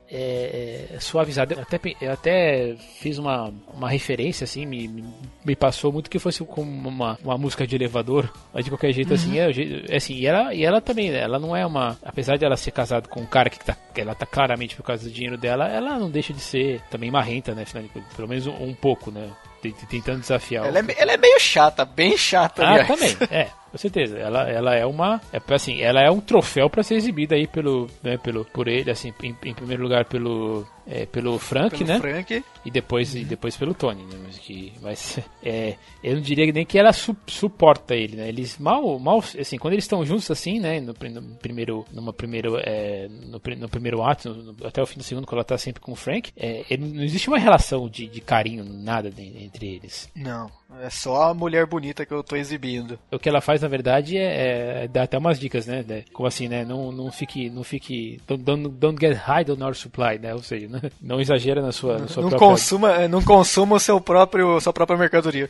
É, é, suavizada. Eu até, eu até fiz uma, uma referência assim, me, me passou muito que fosse como uma, uma música de elevador, mas de qualquer jeito, uhum. assim, é, é assim, e ela, e ela também, ela não é uma, apesar de ela ser casada com um cara que tá, ela tá claramente por causa do dinheiro dela, ela não deixa de ser também marrenta, né, pelo menos um, um pouco, né, tentando desafiar. Ela, o... é, ela é meio chata, bem chata. Ah, aliás. Também, é. Com certeza, ela, ela é uma, é, assim, ela é um troféu para ser exibida aí pelo, né, pelo, por ele, assim, em, em primeiro lugar pelo, é, pelo Frank, pelo né? Frank. E depois, uhum. e depois pelo Tony, né? Mas que, mas é, eu não diria nem que ela su, suporta ele, né? Eles mal, mal, assim, quando eles estão juntos assim, né? No, no primeiro, numa primeiro, é, no, no primeiro ato, no, até o fim do segundo, quando ela tá sempre com o Frank, é, ele, não existe uma relação de, de carinho, nada de, entre eles. Não. É só a mulher bonita que eu tô exibindo. O que ela faz, na verdade, é, é dar até umas dicas, né? Como assim, né? Não, não fique... Não fique don't, don't get high on our supply, né? Ou seja, não, não exagera na sua, na sua não própria... Consuma, não consuma o seu próprio, sua própria mercadoria.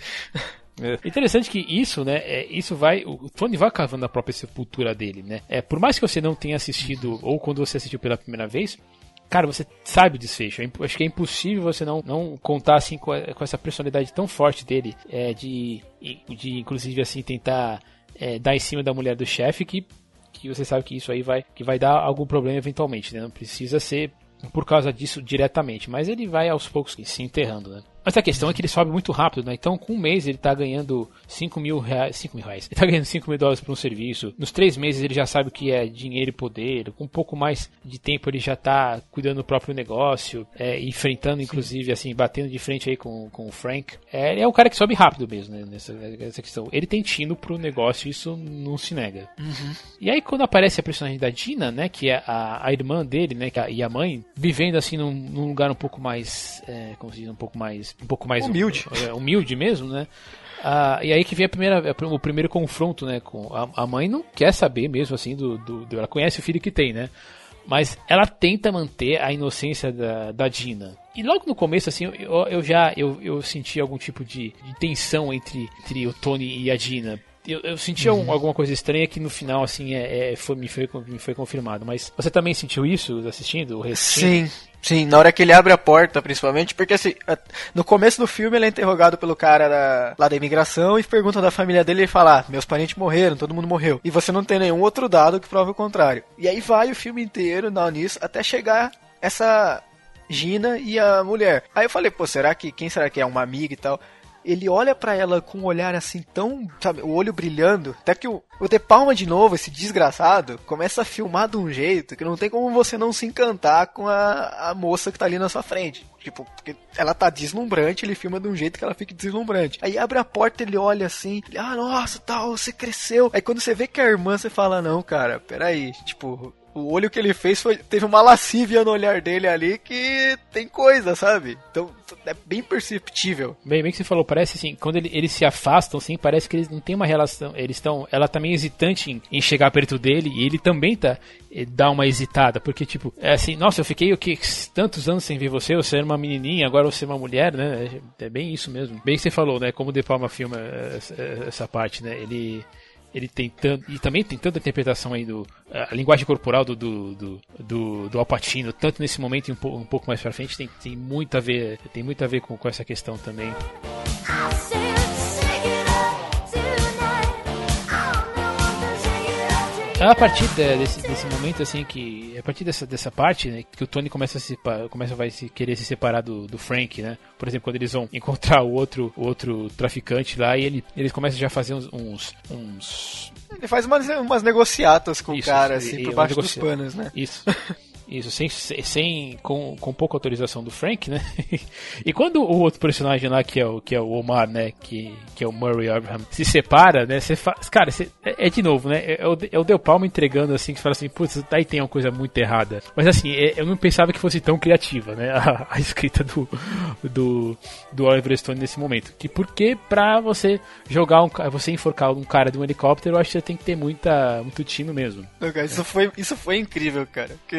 É. Interessante que isso, né, é, isso vai, o Tony vai cavando a própria sepultura dele, né, é, por mais que você não tenha assistido, ou quando você assistiu pela primeira vez, cara, você sabe o desfecho, é, acho que é impossível você não, não contar, assim, com, a, com essa personalidade tão forte dele, é, de, de, inclusive, assim, tentar é, dar em cima da mulher do chefe, que, que você sabe que isso aí vai, que vai dar algum problema eventualmente, né, não precisa ser por causa disso diretamente, mas ele vai aos poucos se enterrando, né. Mas a questão é que ele sobe muito rápido, né? Então, com um mês ele tá ganhando cinco mil reais. cinco mil reais. Ele tá ganhando cinco mil dólares por um serviço. Nos três meses ele já sabe o que é dinheiro e poder. Com um pouco mais de tempo ele já tá cuidando do próprio negócio, é, enfrentando, inclusive, assim, batendo de frente aí com, com o Frank. É, ele é um cara que sobe rápido mesmo, né? Nessa, nessa questão. Ele tem tino pro negócio, isso não se nega. Uhum. E aí, quando aparece a personagem da Dina, né? Que é a, a irmã dele, né? Que a, e a mãe, vivendo assim num, num lugar um pouco mais. É, como se diz, um pouco mais. Um pouco mais humilde, um, humilde mesmo, né? Ah, e aí que vem a primeira, o primeiro confronto, né? Com a, a mãe não quer saber mesmo assim do, do, do, ela conhece o filho que tem, né? Mas ela tenta manter a inocência da, da Dina. E logo no começo, assim, eu, eu já eu, eu senti algum tipo de, de tensão entre, entre o Tony e a Dina. Eu, eu senti uhum. alguma coisa estranha que no final, assim, é, é, foi, me, foi, me foi confirmado. Mas você também sentiu isso assistindo? Sim, sim. Na hora que ele abre a porta, principalmente, porque assim, no começo do filme ele é interrogado pelo cara da, lá da imigração e pergunta da família dele e ele fala, ah, meus parentes morreram, todo mundo morreu. E você não tem nenhum outro dado que prove o contrário. E aí vai o filme inteiro, não nisso, até chegar essa Gina e a mulher. Aí eu falei, pô, será que, quem será que é uma amiga e tal? Ele olha pra ela com um olhar assim tão, sabe, o olho brilhando, até que o, o De Palma de novo, esse desgraçado, começa a filmar de um jeito que não tem como você não se encantar com a, a moça que tá ali na sua frente. Tipo, porque ela tá deslumbrante, ele filma de um jeito que ela fica deslumbrante. Aí abre a porta, ele olha assim, ele, ah, nossa, tal, você cresceu. Aí quando você vê que é a irmã, você fala, não, cara, peraí, tipo... O olho que ele fez foi, teve uma lascívia no olhar dele ali que tem coisa, sabe? Então é bem perceptível. Bem, bem que você falou, parece assim, quando ele, eles se afastam, assim, parece que eles não têm uma relação. Eles estão. Ela tá meio hesitante em, em chegar perto dele e ele também tá. Dá uma hesitada, porque tipo, é assim, nossa, eu fiquei o que tantos anos sem ver você, você era uma menininha, agora você é uma mulher, né? É, é bem isso mesmo. Bem que você falou, né? Como o De Palma filma essa, essa parte, né? Ele. Ele tem tanto, e também tem tanta interpretação aí do a linguagem corporal do do, do, do, do Al Pacino, tanto nesse momento e um, po, um pouco mais pra frente, tem, tem muito a ver, tem muito a ver com, com essa questão também. A partir de, desse, desse momento, assim, que a partir dessa, dessa parte, né, que o Tony começa a se começa vai se querer se separar do, do Frank, né? Por exemplo, quando eles vão encontrar o outro, o outro traficante lá e ele, eles começam já a fazer uns, uns, uns... Ele faz umas, umas negociatas com Isso, o cara, assim, e, por baixo negocia... dos panos, né? Isso. Isso, sem, sem com, com pouca autorização do Frank, né? E quando o outro personagem lá, que é o, que é o Omar, né? Que, que é o Murray Abraham, se separa, né? Você faz, cara, você, é, é de novo, né? É, é o, é o De Palma entregando assim, que você fala assim, putz, aí tem uma coisa muito errada. Mas assim, é, eu não pensava que fosse tão criativa, né? A, a escrita do, do, do Oliver Stone nesse momento. Que porque pra você jogar um você enforcar um cara de um helicóptero, eu acho que você tem que ter muita, muito tino mesmo. Não, cara, isso, é. foi, isso foi incrível, cara. Porque se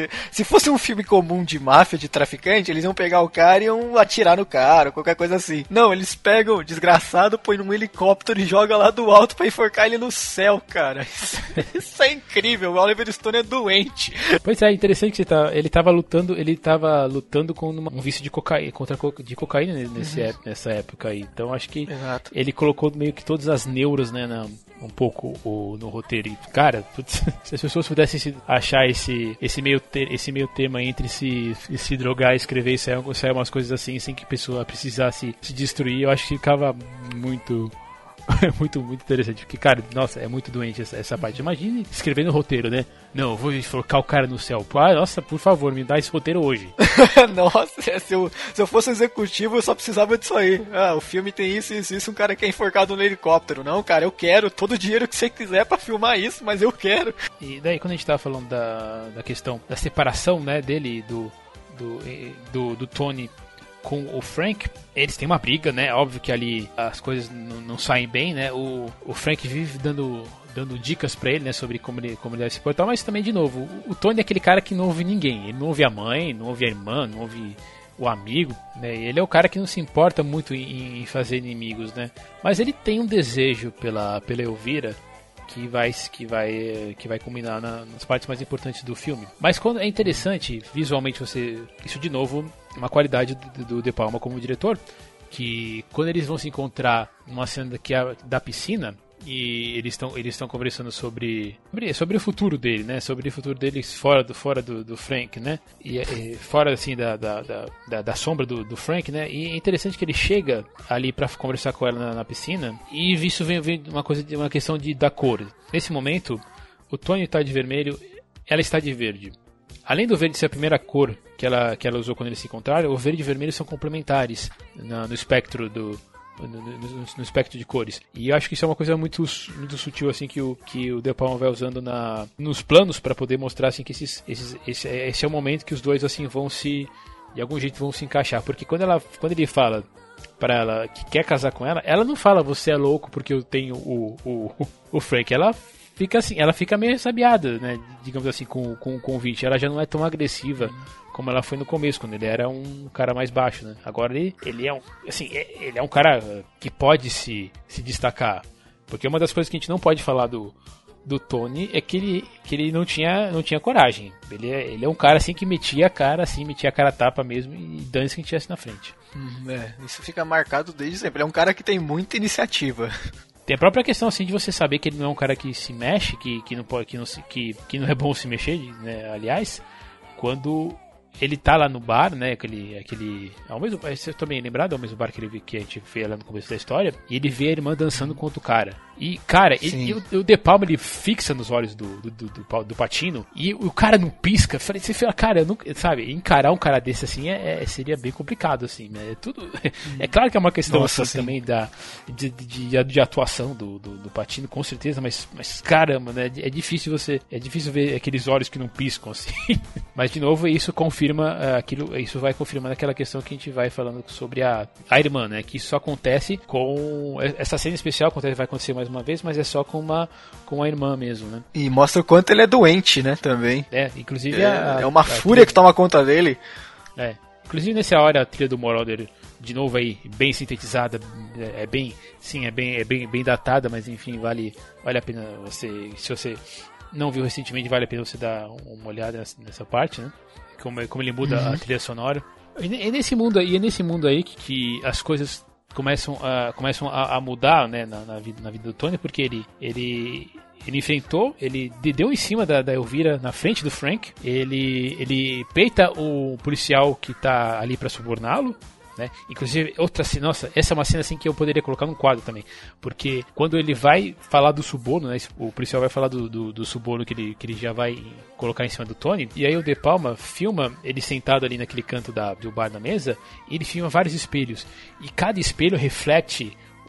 fosse um filme comum de máfia, de traficante, eles iam pegar o cara e iam atirar no cara, qualquer coisa assim. Não, eles pegam o desgraçado, põem num helicóptero e jogam lá do alto pra enforcar ele no céu, cara. Isso, isso é incrível, o Oliver Stone é doente. Pois é, interessante que você tá, ele tava lutando, ele tava lutando com uma, um vício de cocaína, contra co, de cocaína nesse, uhum. nessa época aí. Então acho que Exato. Ele colocou meio que todas as neuras, né, na, um pouco o, no roteiro. E, cara, putz, se as pessoas pudessem se, achar esse, esse, meio ter, esse meio tema entre se, se drogar e escrever e sair, sair umas coisas assim, sem que a pessoa precisasse se destruir, eu acho que ficava muito... muito, muito interessante, porque, cara, nossa, é muito doente essa, essa parte. Imagine escrevendo roteiro, né? Não, eu vou colocar o cara no céu. Ah, nossa, por favor, me dá esse roteiro hoje. Nossa, se eu, se eu fosse executivo, eu só precisava disso aí. Ah, o filme tem isso, isso, isso, um cara que é enforcado no helicóptero. Não, cara, eu quero todo o dinheiro que você quiser pra filmar isso, mas eu quero. E daí, quando a gente tava falando da, da questão da separação, né, dele, do, do, do, do Tony com o Frank, eles têm uma briga, né? Óbvio que ali as coisas não, não saem bem, né? O, o Frank vive dando, dando dicas pra ele, né? Sobre como ele, como ele deve se portar, mas também, de novo, o, o Tony é aquele cara que não ouve ninguém. Ele não ouve a mãe, não ouve a irmã, não ouve o amigo, né? Ele é o cara que não se importa muito em, em fazer inimigos, né? Mas ele tem um desejo pela, pela Elvira que vai, que vai, que vai culminar na, nas partes mais importantes do filme. Mas quando é interessante, visualmente, você... Isso, de novo, uma qualidade do, do De Palma como diretor, que quando eles vão se encontrar numa cena que é da piscina, e eles estão eles estão conversando sobre, sobre sobre o futuro dele, né? Sobre o futuro deles fora do fora do, do Frank, né? E, e fora assim da, da, da, da sombra do, do Frank, né? E é interessante que ele chega ali para conversar com ela na, na piscina, e isso vem, vem uma coisa de uma questão de da cor. Nesse momento, o Tony está de vermelho, ela está de verde. Além do verde ser a primeira cor que ela que ela usou quando eles se encontraram, o verde e o vermelho são complementares na, no espectro do No, no, no espectro de cores. E eu acho que isso é uma coisa muito, muito sutil, assim, que o, que o De Palma vai usando na, nos planos para poder mostrar, assim, que esses, esses, esse, esse é o momento que os dois, assim, vão se, de algum jeito, vão se encaixar. Porque quando, ela, quando ele fala para ela que quer casar com ela, ela não fala, você é louco porque eu tenho o, o, o Frank. Ela fica assim, ela fica meio ressabiada, né, digamos assim, com, com o convite. Ela já não é tão agressiva como ela foi no começo, quando ele era um cara mais baixo, né? Agora ele, ele é um, assim, ele é um cara que pode se, se destacar, porque uma das coisas que a gente não pode falar do, do Tony é que ele, que ele não tinha, não tinha coragem. Ele é, ele é um cara assim que metia a cara, assim, metia a cara a tapa mesmo, e dane-se quem estivesse na frente. Hum, é, isso fica marcado desde sempre. Ele é um cara que tem muita iniciativa. Tem a própria questão, assim, de você saber que ele não é um cara que se mexe, que, que, não, pode, que, não, que, que não é bom se mexer, né? Aliás, quando ele tá lá no bar, né, aquele, aquele, é o mesmo, você também lembrado, é o mesmo bar que, ele, que a gente vê lá no começo da história, e ele vê a irmã dançando com outro cara. E, cara, ele, o, o De Palma, ele fixa nos olhos do, do, do, do, do Pacino, e o cara não pisca. Falei, você fala, cara, eu não, sabe, encarar um cara desse assim é, é, seria bem complicado, assim, né? É tudo. É claro que é uma questão Nossa, assim, também da, de, de, de atuação do, do, do Pacino, com certeza, mas, mas caramba, né? É difícil você. É difícil ver aqueles olhos que não piscam, assim. Mas, de novo, isso confirma uh, aquilo, isso vai confirmando aquela questão que a gente vai falando sobre a, a irmã, né? Que isso só acontece com. Essa cena especial acontece, vai acontecer mais uma vez, mas é só com uma com a irmã mesmo, né? E mostra o quanto ele é doente, né, também. É, inclusive é, a, é uma a, fúria a trilha, que toma conta dele. É, inclusive nessa hora a trilha do Moroder, de novo aí, bem sintetizada, é, é bem, sim, é bem, é bem, bem datada, mas enfim, vale, vale a pena você, se você não viu recentemente, vale a pena você dar uma olhada nessa, nessa parte, né? Como, como ele muda uhum. a trilha sonora. E, e nesse mundo aí, é nesse mundo aí que, que as coisas começam a, começam a, a mudar, né, na, na, vida, na vida do Tony, porque ele, ele, ele enfrentou, ele deu em cima da, da Elvira na frente do Frank, ele, ele peita o policial que está ali para suborná-lo, né? Inclusive, outra cena, nossa, essa é uma cena assim que eu poderia colocar num quadro também, porque quando ele vai falar do suborno, né, o policial vai falar do, do, do suborno que ele, que ele já vai colocar em cima do Tony, e aí o De Palma filma ele sentado ali naquele canto da, do bar na mesa, e ele filma vários espelhos, e cada espelho reflete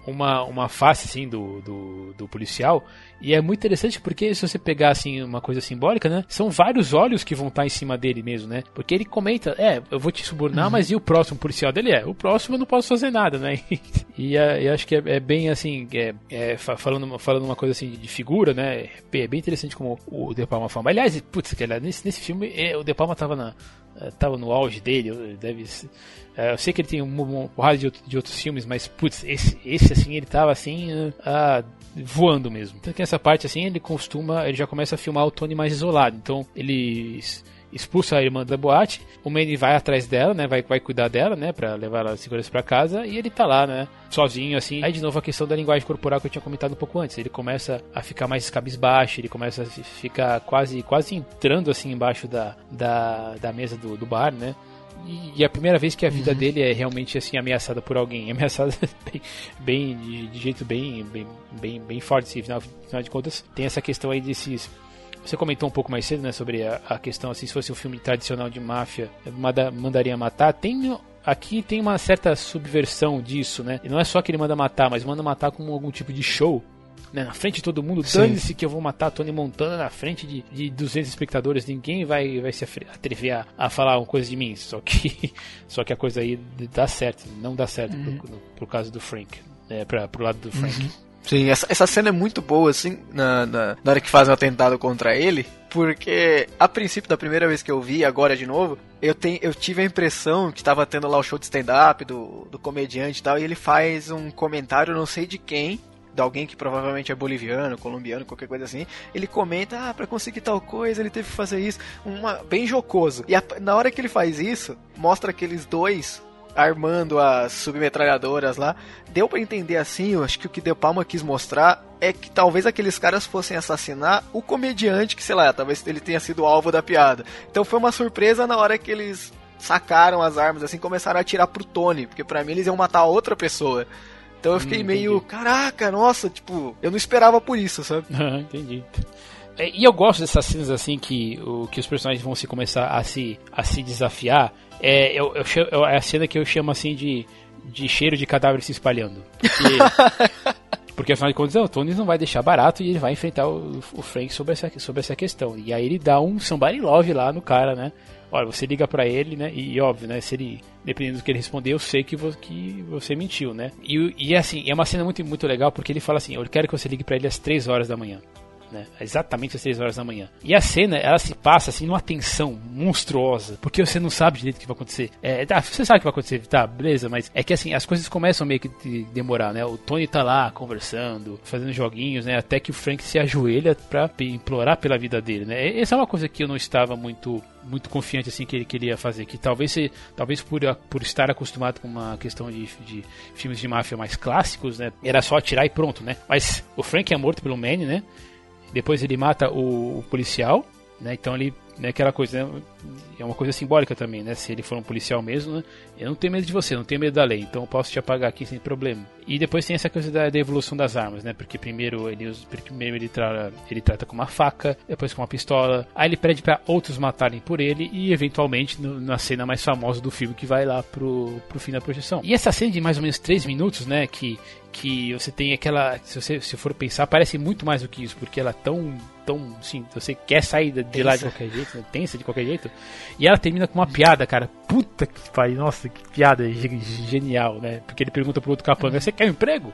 uma, uma face, assim, do, do, do policial. E é muito interessante porque se você pegar, assim, uma coisa simbólica, né? São vários olhos que vão estar em cima dele mesmo, né? Porque ele comenta, é, eu vou te subornar, uhum. mas e o próximo policial dele? É, o próximo eu não posso fazer nada, né? E eu acho que é, é bem, assim, é, é, falando, falando uma coisa, assim, de figura, né? É bem interessante como o De Palma fala. Aliás, putz, nesse, nesse filme, o De Palma tava na... Tava no auge dele, deve ser. Eu sei que ele tem uma, uma porrada de, outro, de outros filmes, mas putz, esse, esse assim, ele tava assim, uh, voando mesmo. Então que essa parte assim, ele costuma, ele já começa a filmar o Tony mais isolado. Então ele expulsa a irmã da boate, o Manny vai atrás dela, né, vai, vai cuidar dela, né, pra levar ela segurança pra casa, e ele tá lá, né, sozinho, assim. Aí de novo a questão da linguagem corporal que eu tinha comentado um pouco antes, ele começa a ficar mais cabisbaixo, ele começa a ficar quase, quase entrando assim embaixo da, da, da mesa do, do bar, né. E, e a primeira vez que a vida uhum. dele é realmente assim ameaçada por alguém, ameaçada bem, bem de, de jeito bem, bem, bem, bem forte, assim, afinal, afinal de contas tem essa questão aí desses. Você comentou um pouco mais cedo, né, sobre a, a questão, assim, se fosse um filme tradicional de máfia, manda, mandaria matar. Tem, aqui tem uma certa subversão disso, né? E não é só que ele manda matar, mas manda matar com algum tipo de show, né, na frente de todo mundo. Dane-se que eu vou matar Tony Montana na frente de, de duzentos espectadores. Ninguém vai, vai se atrever a, a falar uma coisa de mim. Só que, só que a coisa aí dá certo. Não dá certo uhum. pro, no, pro caso do Frank, né, pra, pro lado do Frank. Uhum. Sim, essa, essa cena é muito boa, assim, na, na, na hora que fazem o atentado contra ele, porque a princípio, da primeira vez que eu vi, agora de novo, eu, tenho, eu tive a impressão que estava tendo lá o show de stand-up do, do comediante e tal, e ele faz um comentário, não sei de quem, de alguém que provavelmente é boliviano, colombiano, qualquer coisa assim, ele comenta, ah, pra conseguir tal coisa, ele teve que fazer isso, uma, bem jocoso. E a, na hora que ele faz isso, mostra aqueles dois armando as submetralhadoras lá. Deu pra entender assim, eu acho que o que De Palma quis mostrar é que talvez aqueles caras fossem assassinar o comediante, que sei lá, talvez ele tenha sido o alvo da piada. Então foi uma surpresa na hora que eles sacaram as armas, assim, começaram a atirar pro Tony, porque pra mim eles iam matar outra pessoa. Então eu fiquei hum, meio, caraca, nossa, tipo, eu não esperava por isso, sabe? Ah, entendi. E eu gosto dessas cenas assim que, o, que os personagens vão se começar a se, a se desafiar. É, eu, eu, eu, é a cena que eu chamo assim de, de cheiro de cadáver se espalhando. Porque, porque afinal de contas o Tony não vai deixar barato e ele vai enfrentar o, o Frank sobre essa, sobre essa questão. E aí ele dá um somebody love lá no cara, né? Olha, você liga pra ele, né? E, e óbvio, né? Se ele, dependendo do que ele responder, eu sei que, vo, que você mentiu, né? E, e assim, é uma cena muito, muito legal porque ele fala assim: eu quero que você ligue pra ele às três horas da manhã. Né? Exatamente às três horas da manhã. E a cena, ela se passa assim numa tensão monstruosa, porque você não sabe direito o que vai acontecer. É, tá, você sabe o que vai acontecer, tá, beleza, mas é que assim, as coisas começam meio que de demorar, né? O Tony tá lá conversando, fazendo joguinhos, né? Até que o Frank se ajoelha pra implorar pela vida dele, né? Essa é uma coisa que eu não estava muito muito confiante assim que ele queria fazer, que talvez se, talvez por, por estar acostumado com uma questão de, de filmes de máfia mais clássicos, né? Era só atirar e pronto, né? Mas o Frank é morto pelo Manny, né? Depois ele mata o, o policial, né? Então ele, né, aquela coisa, né? É uma coisa simbólica também, né? Se ele for um policial mesmo, né? Eu não tenho medo de você, não tenho medo da lei, então eu posso te apagar aqui sem problema. E depois tem essa coisa da, da evolução das armas, né? Porque primeiro ele, primeiro ele, tra, ele trata com uma faca, depois com uma pistola, aí ele pede para outros matarem por ele e eventualmente no, na cena mais famosa do filme que vai lá pro, pro fim da projeção. E essa cena de mais ou menos três minutos, né? Que que você tem aquela, se você se for pensar, parece muito mais do que isso, porque ela é tão, tão, assim, você quer sair de tensa. Lá de qualquer jeito, né? Tensa de qualquer jeito, e ela termina com uma piada, cara, puta que pariu, nossa, que piada genial, né, porque ele pergunta pro outro capanga, você quer um emprego?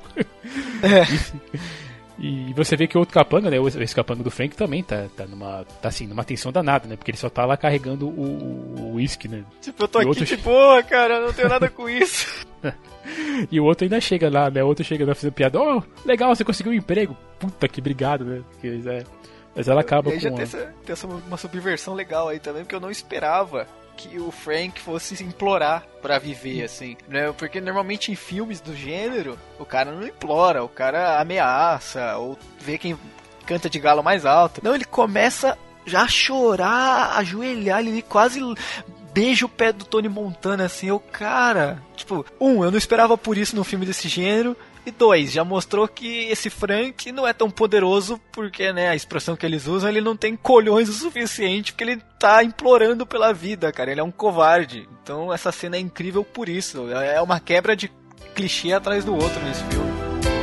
É. E você vê que o outro capanga, né, esse capanga do Frank também tá, tá numa, tá assim, numa tensão danada, né, porque ele só tá lá carregando o uísque, né. Tipo, eu tô e aqui outro... de boa, cara, eu não tenho nada com isso. E o outro ainda chega lá, né, o outro chega lá fazendo piada, oh, legal, você conseguiu um emprego, puta que obrigado, né, porque, é... mas ela acaba e aí com... já tem, essa, tem essa, uma subversão legal aí também, porque eu não esperava que o Frank fosse implorar pra viver, assim, né? Porque normalmente em filmes do gênero, o cara não implora, o cara ameaça, ou vê quem canta de galo mais alto. Não, ele começa já a chorar, ajoelhar, ele quase beija o pé do Tony Montana, assim, eu, cara... Tipo, um, eu não esperava por isso num filme desse gênero, e dois, já mostrou que esse Frank não é tão poderoso porque, né, a expressão que eles usam, ele não tem colhões o suficiente porque ele tá implorando pela vida, cara. Ele é um covarde. Então essa cena é incrível por isso. É uma quebra de clichê atrás do outro nesse filme.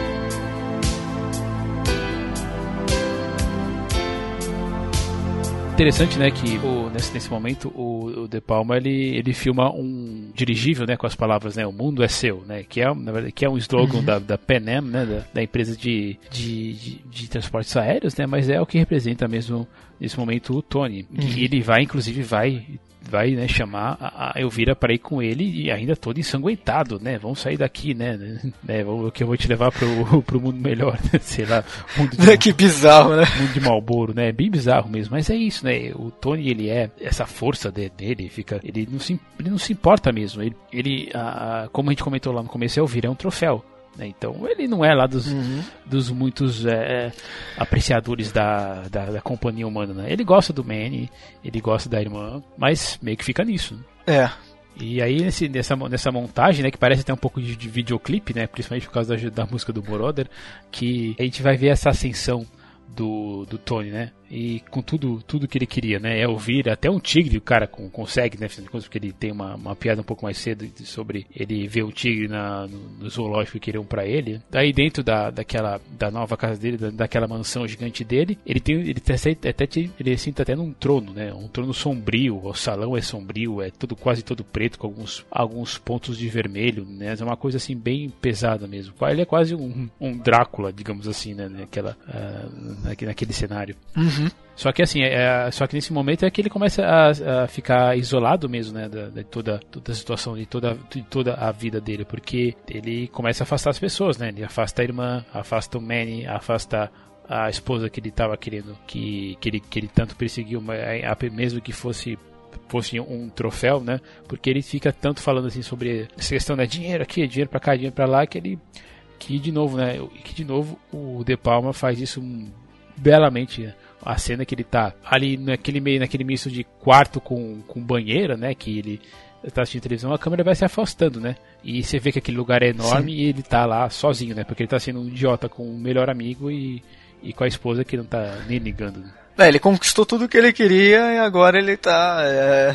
Interessante, né, que o, nesse, nesse momento o, o De Palma ele, ele filma um dirigível, né, com as palavras, né, o mundo é seu, né, que é, na verdade, que é um slogan uhum. da, da Pan Am, né, da, da empresa de, de, de, de transportes aéreos, né, mas é o que representa mesmo nesse momento o Tony. Uhum. E ele vai, inclusive, vai... vai, né, chamar a Elvira para ir com ele e ainda todo ensanguentado, né, vamos sair daqui, né, né vamos, que eu vou te levar pro, pro mundo melhor, né? Sei lá, mundo de, que bizarro, né, mundo de Marlboro, né, é bem bizarro mesmo, mas é isso, né, o Tony, ele é, essa força dele, fica, ele não se, ele não se importa mesmo, ele, ele a, como a gente comentou lá no começo, a Elvira é um troféu. Então ele não é lá dos, uhum. dos muitos é, apreciadores da, da, da companhia humana, né? Ele gosta do Manny, ele gosta da irmã, mas meio que fica nisso, né? É. E aí nesse, nessa, nessa montagem, né, que parece até um pouco de, de videoclipe, né, principalmente por causa da, da música do Moroder, que a gente vai ver essa ascensão do, do Tony, né? E com tudo, tudo que ele queria, né? É ouvir até um tigre, o cara com, consegue, né? Porque ele tem uma, uma piada um pouco mais cedo sobre ele ver um tigre na, no, no zoológico que queriam pra ele. Daí dentro da, daquela, da nova casa dele, da, daquela mansão gigante dele, ele tem, ele até, até ele senta até num trono, né? Um trono sombrio, o salão é sombrio, é tudo, quase todo preto, com alguns, alguns pontos de vermelho, né? É uma coisa assim bem pesada mesmo. Ele é quase um, um Drácula, digamos assim, né? Naquela, uh, naquele cenário. Uhum. Só que assim, é, só que nesse momento é que ele começa a, a ficar isolado mesmo, né, da, de toda, toda a situação, de toda, de toda a vida dele, porque ele começa a afastar as pessoas, né, ele afasta a irmã, afasta o Manny, afasta a esposa que ele estava querendo, que, que, ele, que ele tanto perseguiu, mesmo que fosse fosse um troféu, né, porque ele fica tanto falando assim sobre essa questão, né, dinheiro aqui, dinheiro pra cá, dinheiro pra lá, que ele, que de novo, né, que de novo o De Palma faz isso belamente, né? A cena que ele tá ali naquele meio, naquele misto de quarto com, com banheira, né? Que ele tá assistindo televisão, a câmera vai se afastando, né? E você vê que aquele lugar é enorme. Sim. E ele tá lá sozinho, né? Porque ele tá sendo um idiota com o melhor amigo e, e com a esposa que não tá nem ligando, né? É, ele conquistou tudo o que ele queria e agora ele tá é,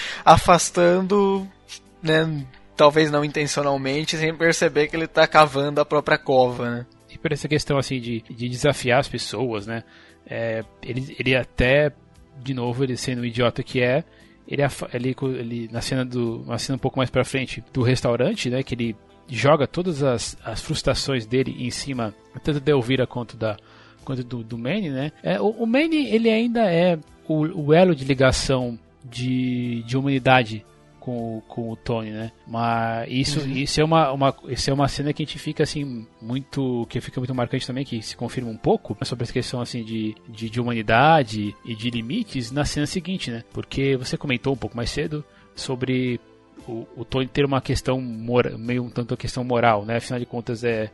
afastando, né? Talvez não intencionalmente, sem perceber que ele tá cavando a própria cova, né? E por essa questão assim de, de desafiar as pessoas, né? É, ele, ele até, de novo, ele sendo o idiota que é, ele, ele, ele na cena do, uma cena um pouco mais pra frente do restaurante, né, que ele joga todas as, as frustrações dele em cima, tanto da Elvira quanto, da, quanto do, do Manny, né, é, o, o Manny, ele ainda é o, o elo de ligação de, de humanidade com, com o Tony, né? Mas isso, uhum. isso, é uma, uma, isso é uma cena que a gente fica assim muito, que fica muito marcante também, que se confirma um pouco sobre essa questão assim de, de, de humanidade e de limites na cena seguinte, né? Porque você comentou um pouco mais cedo sobre o, o Tony ter uma questão mora, meio um tanto a questão moral, né? Afinal de contas é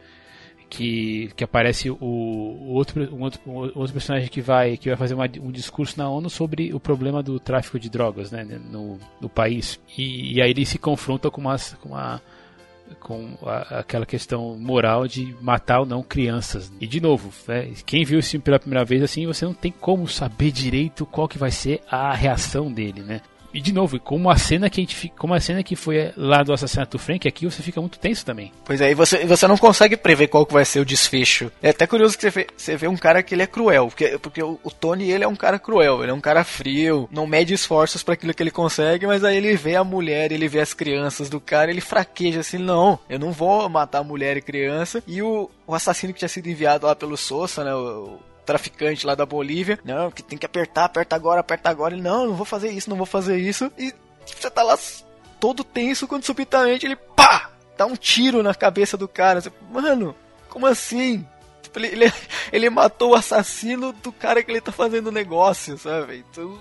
que, que aparece o, o, outro, um outro, um outro personagem que vai, que vai fazer uma, um discurso na ONU sobre o problema do tráfico de drogas, né, no, no país. E, e aí ele se confronta com, umas, com, uma, com a, aquela questão moral de matar ou não crianças. E de novo, né, quem viu esse filme pela primeira vez, assim, você não tem como saber direito qual que vai ser a reação dele, né? E de novo, como a cena que a gente fica, como a cena que foi lá do assassinato do Frank, aqui você fica muito tenso também. Pois é, e você, você não consegue prever qual que vai ser o desfecho. É até curioso que você vê, você vê um cara que ele é cruel, porque, porque o, o Tony, ele é um cara cruel, ele é um cara frio, não mede esforços para aquilo que ele consegue, mas aí ele vê a mulher, ele vê as crianças do cara, ele fraqueja assim, não, eu não vou matar a mulher e criança. E o, o assassino que tinha sido enviado lá pelo Sosa, né, o, traficante lá da Bolívia, não, que tem que apertar, aperta agora, aperta agora, ele, não, não vou fazer isso, não vou fazer isso, e você tá lá todo tenso quando subitamente ele, pá, dá um tiro na cabeça do cara, você, mano, como assim? Ele, ele, ele matou o assassino do cara que ele tá fazendo negócio, sabe? Então,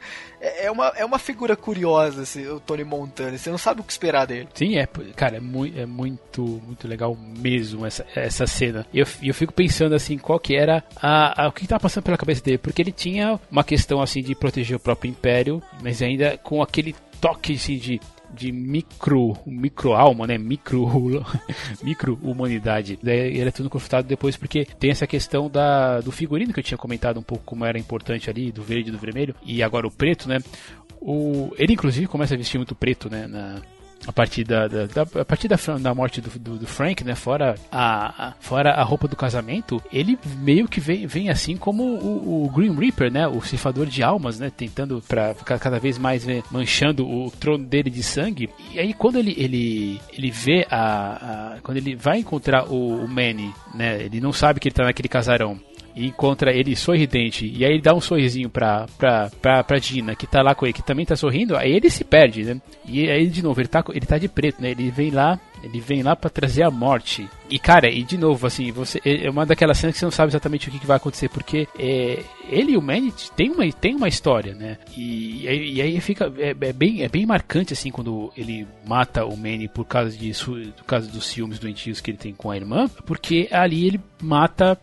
é uma, é uma figura curiosa esse, o Tony Montana, você não sabe o que esperar dele. Sim, é, cara, é, muito, é muito, muito legal mesmo essa, essa cena. E eu, eu fico pensando assim, qual que era a, a, o que estava passando pela cabeça dele, porque ele tinha uma questão assim de proteger o próprio império, mas ainda com aquele toque assim, de de micro, micro alma, né, micro, micro humanidade. Daí ele é tudo confrontado depois porque tem essa questão da, do figurino que eu tinha comentado um pouco como era importante ali, do verde e do vermelho, e agora o preto, né, o, ele inclusive começa a vestir muito preto, né, na, a partir da, da, da, a partir da, da morte do, do, do Frank, né? Fora a, a, fora a roupa do casamento, ele meio que vem, vem assim como o, o Grim Reaper, né? O ceifador de almas, né? Tentando para ficar cada vez mais, né, manchando o trono dele de sangue. E aí quando ele, ele, ele vê a, a... Quando ele vai encontrar o, o Manny, né? Ele não sabe que ele tá naquele casarão. E encontra ele sorridente. E aí ele dá um sorrisinho pra, pra, pra, pra Gina, que tá lá com ele, que também tá sorrindo. Aí ele se perde, né? E aí, de novo, ele tá, ele tá de preto, né? Ele vem lá, ele vem lá pra trazer a morte. E, cara, e de novo, assim, você, é uma daquelas cenas que você não sabe exatamente o que, que vai acontecer. Porque é, ele e o Manny tem uma, tem uma história, né? E, e, e aí fica... É, é, bem, é bem marcante, assim, quando ele mata o Manny por causa, de, por causa dos ciúmes doentios que ele tem com a irmã. Porque ali ele mata...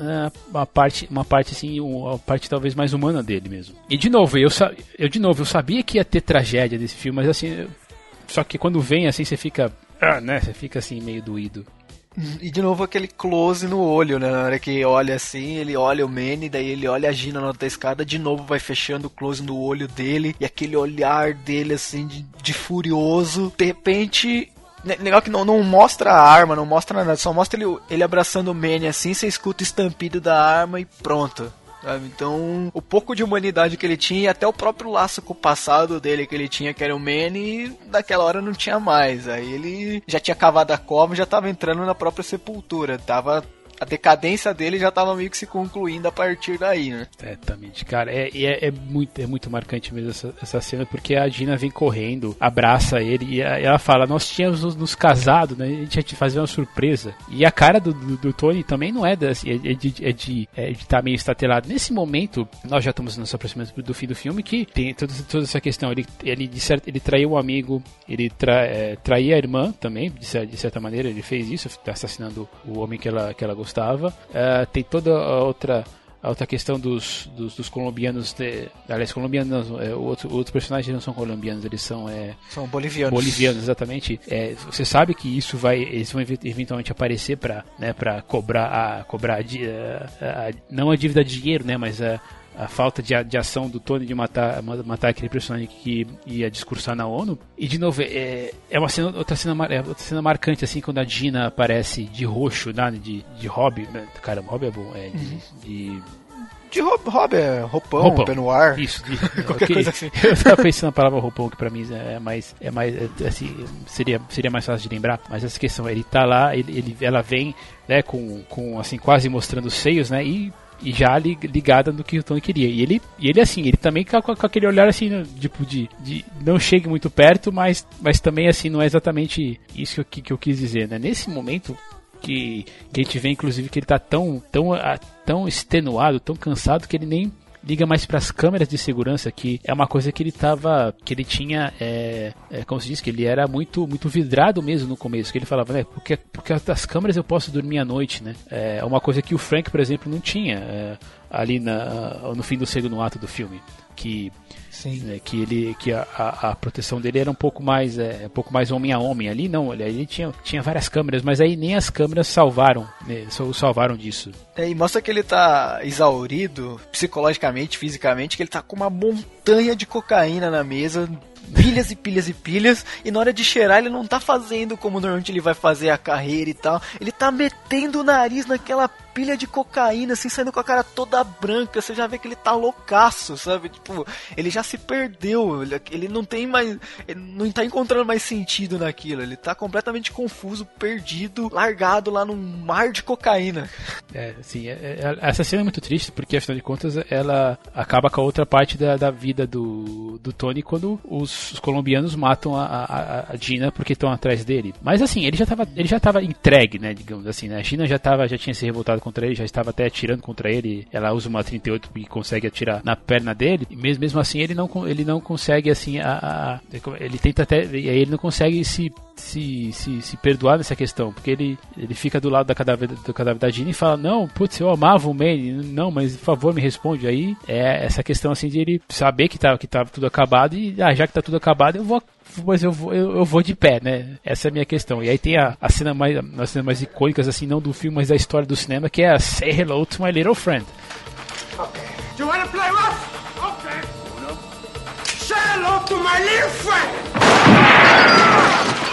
uma parte, uma parte assim, uma parte talvez mais humana dele mesmo. E de novo, eu, eu de novo, eu sabia que ia ter tragédia desse filme, mas assim, só que quando vem assim, você fica, ah, né, você fica assim meio doído. E de novo aquele close no olho, né? Na hora que olha assim, ele olha o Manny, daí ele olha a Gina na outra escada, de novo vai fechando o close no olho dele, e aquele olhar dele assim, de, de furioso. De repente... Legal que não, não mostra a arma, não mostra nada, só mostra ele, ele abraçando o Manny assim, você escuta o estampido da arma e pronto. Sabe? Então, o pouco de humanidade que ele tinha e até o próprio laço com o passado dele que ele tinha, que era o Manny, daquela hora não tinha mais. Aí ele já tinha cavado a cova e já tava entrando na própria sepultura, tava... A decadência dele já tava meio que se concluindo a partir daí, né? Exatamente, cara. É, é, é, muito, é muito marcante mesmo essa, essa cena, porque a Gina vem correndo, abraça ele e ela fala, nós tínhamos nos, nos casado, né? A gente ia te fazer uma surpresa. E a cara do, do, do Tony também não é, assim, é de estar é de, é de tá meio estatelado. Nesse momento, nós já estamos nos aproximando do fim do filme, que tem toda, toda essa questão. Ele, ele, de certo, ele traiu um amigo, ele tra, é, traía a irmã também, de, de certa maneira, ele fez isso, assassinando o homem que ela, que ela gostava. Uh, tem toda a outra, a outra questão dos, dos, dos colombianos, de, aliás, colombianos não, é, outro, outros personagens não são colombianos, eles são é, são bolivianos. Bolivianos, exatamente. É, você sabe que isso vai, eles vão eventualmente aparecer para, né, para cobrar a, cobrar a, a, a, não a dívida de dinheiro, né, mas a a falta de, de ação do Tony de matar, matar aquele personagem que ia discursar na ONU. E de novo, é, é uma cena, outra, cena, é outra cena marcante, assim, quando a Gina aparece de roxo, né, de, de hobby. Caramba, hobby é bom. É, de, uhum. de... De hobby, é roupão, roupão. Benoir. Isso, de, qualquer coisa assim. Eu tava pensando na palavra roupão, que pra mim é mais, é mais é, assim, seria, seria mais fácil de lembrar, mas essa questão, ele tá lá, ele, ele, ela vem, né, com, com, assim, quase mostrando os seios, né, e e já ligada no que o Tony queria. E ele, e ele assim, ele também com, com aquele olhar assim, tipo de, de não chegue muito perto, mas, mas também assim, não é exatamente isso que eu, que eu quis dizer, né? Nesse momento que, que a gente vê, inclusive, que ele tá tão, tão, tão extenuado, tão cansado, que ele nem liga mais para as câmeras de segurança, que é uma coisa que ele tava, que ele tinha, é, é, como se diz, que ele era muito, muito vidrado mesmo no começo, que ele falava, né, porque, porque as câmeras eu posso dormir à noite, né, é uma coisa que o Frank, por exemplo, não tinha, é, ali na, no fim do segundo ato do filme, que Né, que ele que a, a, a proteção dele era um pouco mais é, um pouco mais homem a homem. Ali não, ele, ele tinha, tinha várias câmeras, mas aí nem as câmeras salvaram, né, salvaram disso. É, e mostra que ele tá exaurido psicologicamente, fisicamente, que ele tá com uma montanha de cocaína na mesa, pilhas e pilhas e pilhas, e na hora de cheirar ele não tá fazendo como normalmente ele vai fazer a carreira e tal, ele tá metendo o nariz naquela pilha de cocaína, assim, saindo com a cara toda branca, você já vê que ele tá loucaço, sabe, tipo, ele já se perdeu, ele, ele não tem mais, ele não tá encontrando mais sentido naquilo, ele tá completamente confuso, perdido, largado lá num mar de cocaína. É, assim, é, é, essa cena é muito triste, porque afinal de contas ela acaba com a outra parte da, da vida do, do Tony, quando os, os colombianos matam a, a, a Gina porque estão atrás dele, mas assim, ele já tava, ele já tava entregue, né, digamos assim, né? A Gina já tava, já tinha se revoltado contra ele, já estava até atirando contra ele, ela usa uma trinta e oito e consegue atirar na perna dele, e mesmo, mesmo assim ele não, ele não consegue assim, a, a, ele tenta até, e aí ele não consegue se, se, se, se perdoar nessa questão, porque ele, ele fica do lado da cadáver, do cadáver da Gina e fala, não, putz, eu amava o Manny, não, mas por favor me responde. Aí é essa questão assim de ele saber que tava, que tava tudo acabado e ah, já que tá tudo acabado eu vou mas eu vou, eu, eu vou de pé, né? Essa é a minha questão. E aí tem a, a cena mais, as cenas mais icônicas, assim, não do filme, mas da história do cinema, que é a Say Hello to My Little Friend. Okay. Do you want to play rough? Okay. Say hello to my little friend!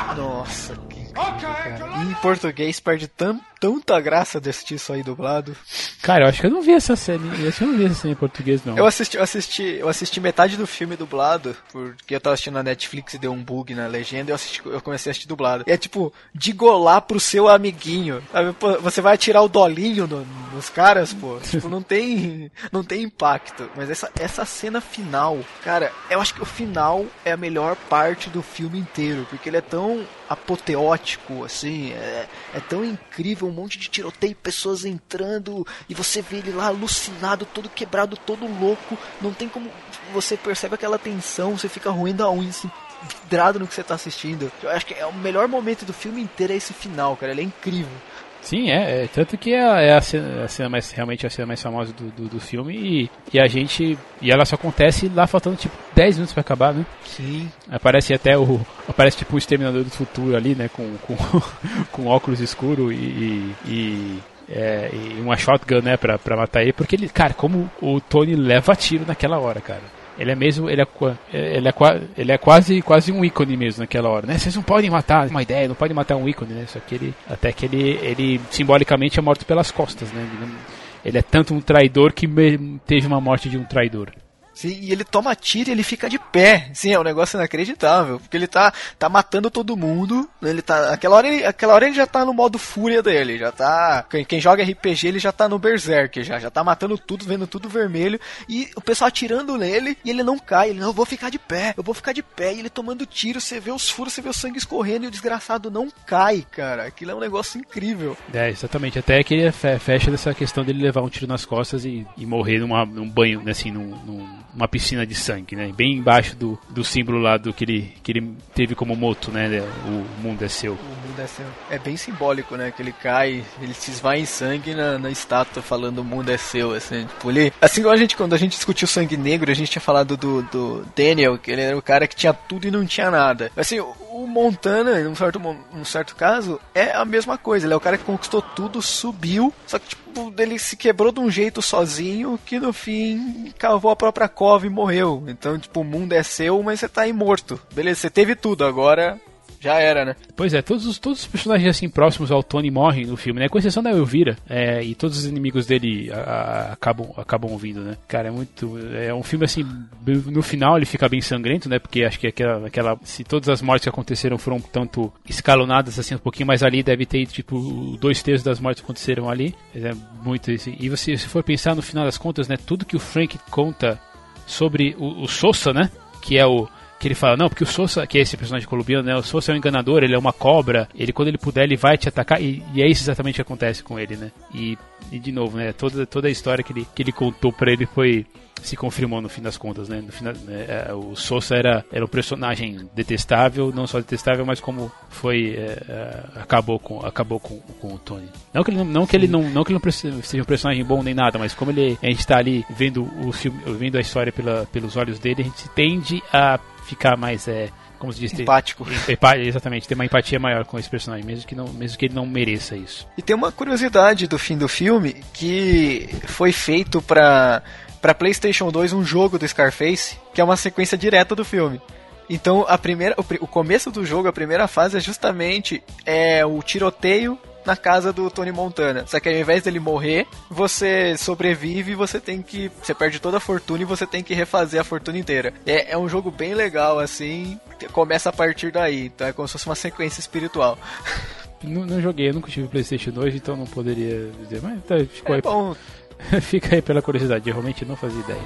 Nossa, que incrível, cara. E em português perde tam, tanta graça de assistir isso aí dublado. Cara, eu acho que eu não vi essa cena. Eu acho que eu não vi essa cena em português, não. Eu assisti, eu assisti, eu assisti metade do filme dublado, porque eu tava assistindo na Netflix e deu um bug na legenda, e eu, assisti, eu comecei a assistir dublado. E é tipo, digolar pro seu amiguinho. Sabe? Pô, você vai atirar o dolinho no, nos caras, pô. Tipo, não tem, não tem impacto. Mas essa, essa cena final, cara, eu acho que o final é a melhor parte do filme inteiro, porque ele é tão apoteótico, assim, é, é tão incrível, um monte de tiroteio, pessoas entrando, e você vê ele lá alucinado, todo quebrado, todo louco, não tem como, você percebe aquela tensão, você fica roendo a unha, assim, vidrado no que você tá assistindo. Eu acho que é o melhor momento do filme inteiro, é esse final, cara, ele é incrível. Sim, é, é tanto que é, é a, cena, a cena mais, realmente a cena mais famosa do, do, do filme e, e a gente, e ela só acontece lá faltando tipo dez minutos pra acabar, né? Sim. Aparece até o, aparece tipo o Exterminador do Futuro ali, né, com, com, com óculos escuros e, e, e, é, e uma shotgun, né, pra, pra matar ele, porque ele, cara, como o Tony leva tiro naquela hora, cara. Ele é mesmo, ele é, ele é, ele é quase, quase um ícone mesmo naquela hora, né? Vocês não podem matar, uma ideia, não podem matar um ícone, né? Só que ele, até que ele, ele simbolicamente é morto pelas costas, né? Ele, ele é tanto um traidor que teve uma morte de um traidor. Sim, e ele toma tiro e ele fica de pé. Sim, é um negócio inacreditável. Porque ele tá, tá matando todo mundo. Ele tá, aquela, hora ele, aquela hora ele já tá no modo fúria dele. Já tá. Quem, quem joga R P G ele já tá no Berserk. Já, já tá matando tudo, vendo tudo vermelho. E o pessoal atirando nele. E ele não cai. Ele, não, eu vou ficar de pé. Eu vou ficar de pé. E ele tomando tiro. Você vê os furos, você vê o sangue escorrendo. E o desgraçado não cai, cara. Aquilo é um negócio incrível. É, exatamente. Até que ele fecha dessa questão dele levar um tiro nas costas e, e morrer numa, num banho, né, assim, num. num uma piscina de sangue, né? Bem embaixo do, do símbolo lá do que ele, que ele teve como moto, né? O mundo é seu. O mundo é seu. É bem simbólico, né? Que ele cai, ele se esvai em sangue na, na estátua falando o mundo é seu, assim. Tipo, ele... Assim como a gente, quando a gente discutiu Sangue Negro, a gente tinha falado do, do Daniel, que ele era o cara que tinha tudo e não tinha nada. Assim, o Montana, em um certo, um certo caso, é a mesma coisa. Ele é o cara que conquistou tudo, subiu, só que, tipo, ele se quebrou de um jeito sozinho que no fim cavou a própria cova e morreu. Então, tipo, o mundo é seu, mas você tá aí morto. Beleza, você teve tudo, agora já era, né? Pois é, todos os, todos os personagens assim próximos ao Tony morrem no filme, né? Com exceção da Elvira, é, e todos os inimigos dele a, a, acabam, acabam vindo, né? Cara, é muito... É um filme assim, no final ele fica bem sangrento, né? Porque acho que aquela... aquela se todas as mortes que aconteceram foram tanto escalonadas assim um pouquinho, mas ali deve ter, tipo, dois terços das mortes que aconteceram ali. É muito assim. E você, se for pensar no final das contas, né? Tudo que o Frank conta sobre o, o Sosa, né? Que é o... Que ele fala, não, porque o Sosa, que é esse personagem colombiano, né? O Sosa é um enganador, ele é uma cobra, ele quando ele puder, ele vai te atacar, e, e é isso exatamente que acontece com ele, né? E, e de novo, né? Toda, toda a história que ele, que ele contou pra ele foi... se confirmou no fim das contas, né? No final, né, o Sosa era, era um personagem detestável, não só detestável, mas como foi é, é, acabou com acabou com, com o Tony. Não que ele não, não que ele não, não que ele não seja um personagem bom nem nada, mas como ele a gente está ali vendo o filme, vendo a história pela, pelos olhos dele, a gente tende a ficar mais é, como se diz, empático. Ter, exatamente, ter uma empatia maior com esse personagem, mesmo que, não, mesmo que ele não mereça isso. E tem uma curiosidade do fim do filme que foi feito pra, pra PlayStation dois um jogo do Scarface, que é uma sequência direta do filme. Então a primeira, o, o começo do jogo, a primeira fase é justamente é, o tiroteio na casa do Tony Montana. Só que ao invés dele morrer, você sobrevive e você tem que... Você perde toda a fortuna e você tem que refazer a fortuna inteira. É, é um jogo bem legal, assim. Começa a partir daí. Então é como se fosse uma sequência espiritual. Não, não joguei, eu nunca tive PlayStation dois, então não poderia dizer. Mas tá, ficou é aí. Bom. Fica aí pela curiosidade, eu realmente não fazia ideia.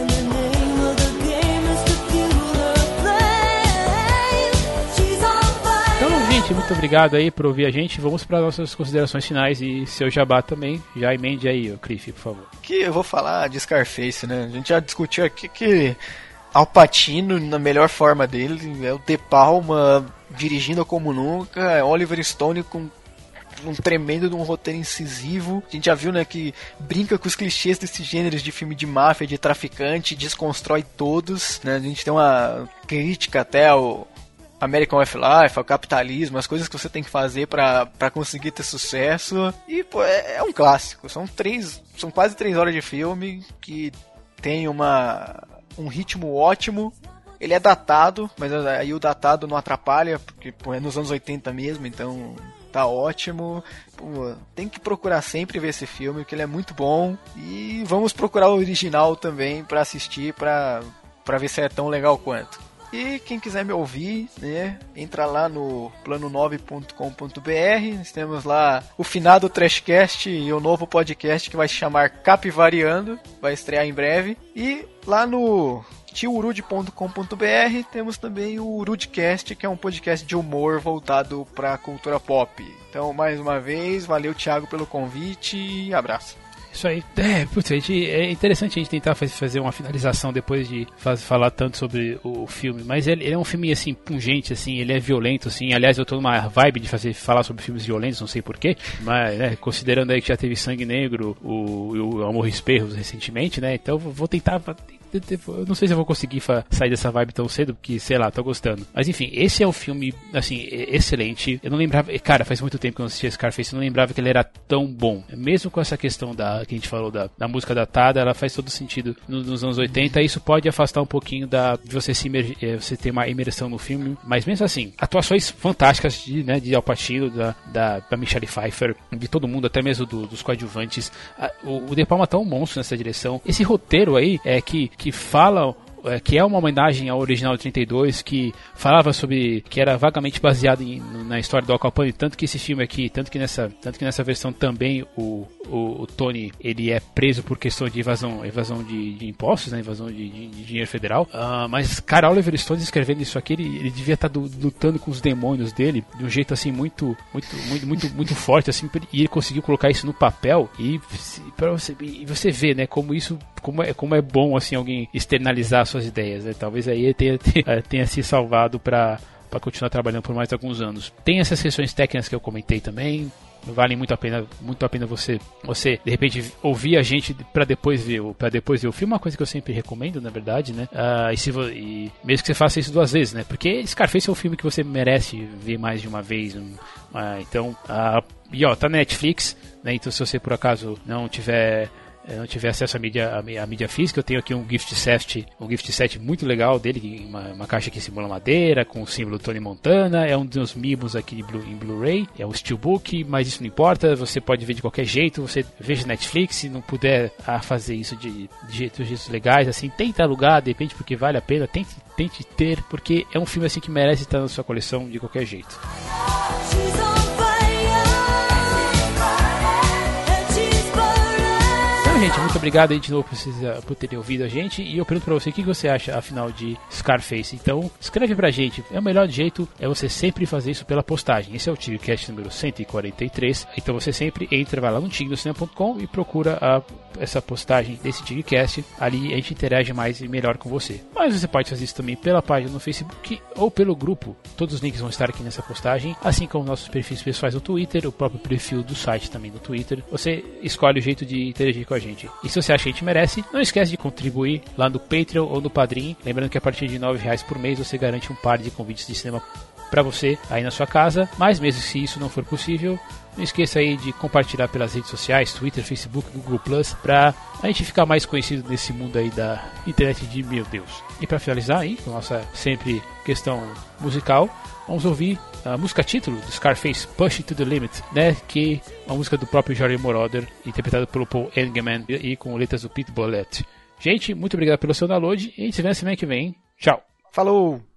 Gente, muito obrigado aí por ouvir a gente. Vamos para nossas considerações finais e seu jabá também. Já emende aí, Cliff, por favor. Que eu vou falar de Scarface, né? A gente já discutiu aqui que Al Pacino, na melhor forma dele, é o De Palma dirigindo como nunca, é Oliver Stone com um tremendo de um roteiro incisivo. A gente já viu, né, que brinca com os clichês desses gêneros de filme de máfia, de traficante, desconstrói todos, né? A gente tem uma crítica até ao American Life, ao capitalismo, as coisas que você tem que fazer pra, pra conseguir ter sucesso. E, pô, é, é um clássico. São três, são quase três horas de filme que tem uma, um ritmo ótimo Ele é datado, mas aí o datado não atrapalha, porque pô, é nos anos oitenta mesmo, então tá ótimo. Pô, tem que procurar sempre ver esse filme, porque ele é muito bom. E vamos procurar o original também pra assistir, pra, pra ver se é tão legal quanto. E quem quiser me ouvir, né, entra lá no plano nove ponto com ponto b r. Nós temos lá o finado Trashcast e o novo podcast que vai se chamar Capivariando, vai estrear em breve. E lá no tio urude ponto com ponto b r temos também o Urudcast, que é um podcast de humor voltado para cultura pop. Então, mais uma vez, valeu, Thiago, pelo convite e abraço. Isso aí, é, putz, a gente, é interessante a gente tentar fazer uma finalização depois de faz, falar tanto sobre o filme, mas ele, ele é um filme, assim, pungente, assim, ele é violento, assim, aliás, eu tô numa vibe de fazer, falar sobre filmes violentos, não sei porquê, mas, né, considerando aí que já teve Sangue Negro, o, o Amor e Esperros recentemente, né, então vou tentar... Eu não sei se eu vou conseguir sair dessa vibe tão cedo, porque, sei lá, tô gostando. Mas enfim, esse é um filme, assim, excelente. Eu não lembrava, cara, faz muito tempo que eu não assistia Scarface, eu não lembrava que ele era tão bom. Mesmo com essa questão da, que a gente falou, da, da música datada, ela faz todo sentido nos, nos anos oitenta. Isso pode afastar um pouquinho da, de você, se imer, você ter uma imersão no filme. Mas mesmo assim, atuações fantásticas de, né, de Al Pacino, da, da, da Michelle Pfeiffer, de todo mundo, até mesmo do, dos coadjuvantes. O, o De Palma tá um monstro nessa direção. Esse roteiro aí é que que fala, é, que é uma homenagem ao original de trinta e dois, que falava sobre, que era vagamente baseado em, na história do Al Capone, tanto que esse filme aqui, tanto que nessa, tanto que nessa versão também o, o, o Tony, ele é preso por questão de evasão, evasão de, de impostos, né, evasão de, de, de dinheiro federal, uh, mas, cara, Oliver Stone escrevendo isso aqui, ele, ele devia estar tá lutando com os demônios dele, de um jeito, assim, muito, muito, muito, muito, muito forte, assim, e ele conseguiu colocar isso no papel, e para você, e você vê, né, como isso, como é, como é bom, assim, alguém externalizar suas ideias, né? Talvez aí ele tenha, tenha, tenha se salvado para para continuar trabalhando por mais alguns anos. Tem essas questões técnicas que eu comentei também, vale muito a pena, muito a pena você, você de repente ouvir a gente para depois ver, para depois ver o filme, uma coisa que eu sempre recomendo, na verdade, né? Uh, e, se, e mesmo que você faça isso duas vezes, né? Porque Scarface é um filme que você merece ver mais de uma vez. Um, uh, então, uh, e ó, tá na Netflix, né? Então, se você por acaso não tiver não tiver acesso à mídia, à mídia física, eu tenho aqui um gift set, um gift set muito legal dele, uma, uma caixa que simula madeira, com o símbolo Tony Montana, é um dos mimos aqui Blu, em Blu-ray, é um steelbook, mas isso não importa, você pode ver de qualquer jeito, você veja Netflix, se não puder ah, fazer isso de, de jeitos, jeitos legais, assim, tenta alugar, de repente, porque vale a pena, tente, tente ter, porque é um filme assim que merece estar na sua coleção de qualquer jeito. Gente, muito obrigado aí de novo por, vocês, por terem ouvido a gente. E eu pergunto pra você, o que você acha, afinal, de Scarface? Então, escreve pra gente. É o melhor jeito, é você sempre fazer isso pela postagem. Esse é o TigreCast número cento e quarenta e três. Então você sempre entra, vai lá no tigre do cinema ponto com e procura a, essa postagem desse TigreCast. Ali a gente interage mais e melhor com você. Mas você pode fazer isso também pela página no Facebook ou pelo grupo. Todos os links vão estar aqui nessa postagem. Assim como nossos perfis pessoais no Twitter, o próprio perfil do site também no Twitter. Você escolhe o jeito de interagir com a gente. E se você acha que a gente merece, não esquece de contribuir lá no Patreon ou no Padrim. Lembrando que a partir de nove reais por mês você garante um par de convites de cinema para você aí na sua casa. Mas mesmo se isso não for possível, não esqueça aí de compartilhar pelas redes sociais, Twitter, Facebook, Google Plus, para a gente ficar mais conhecido nesse mundo aí da internet de meu Deus. E para finalizar aí, com a nossa sempre questão musical, vamos ouvir a música título do Scarface, Push It to the Limit, né? Que é uma música do próprio Jorge Moroder, interpretada pelo Paul Engelman e com letras do Pete Bollett. Gente, muito obrigado pelo seu download e a gente se vê na semana que vem. Tchau. Falou!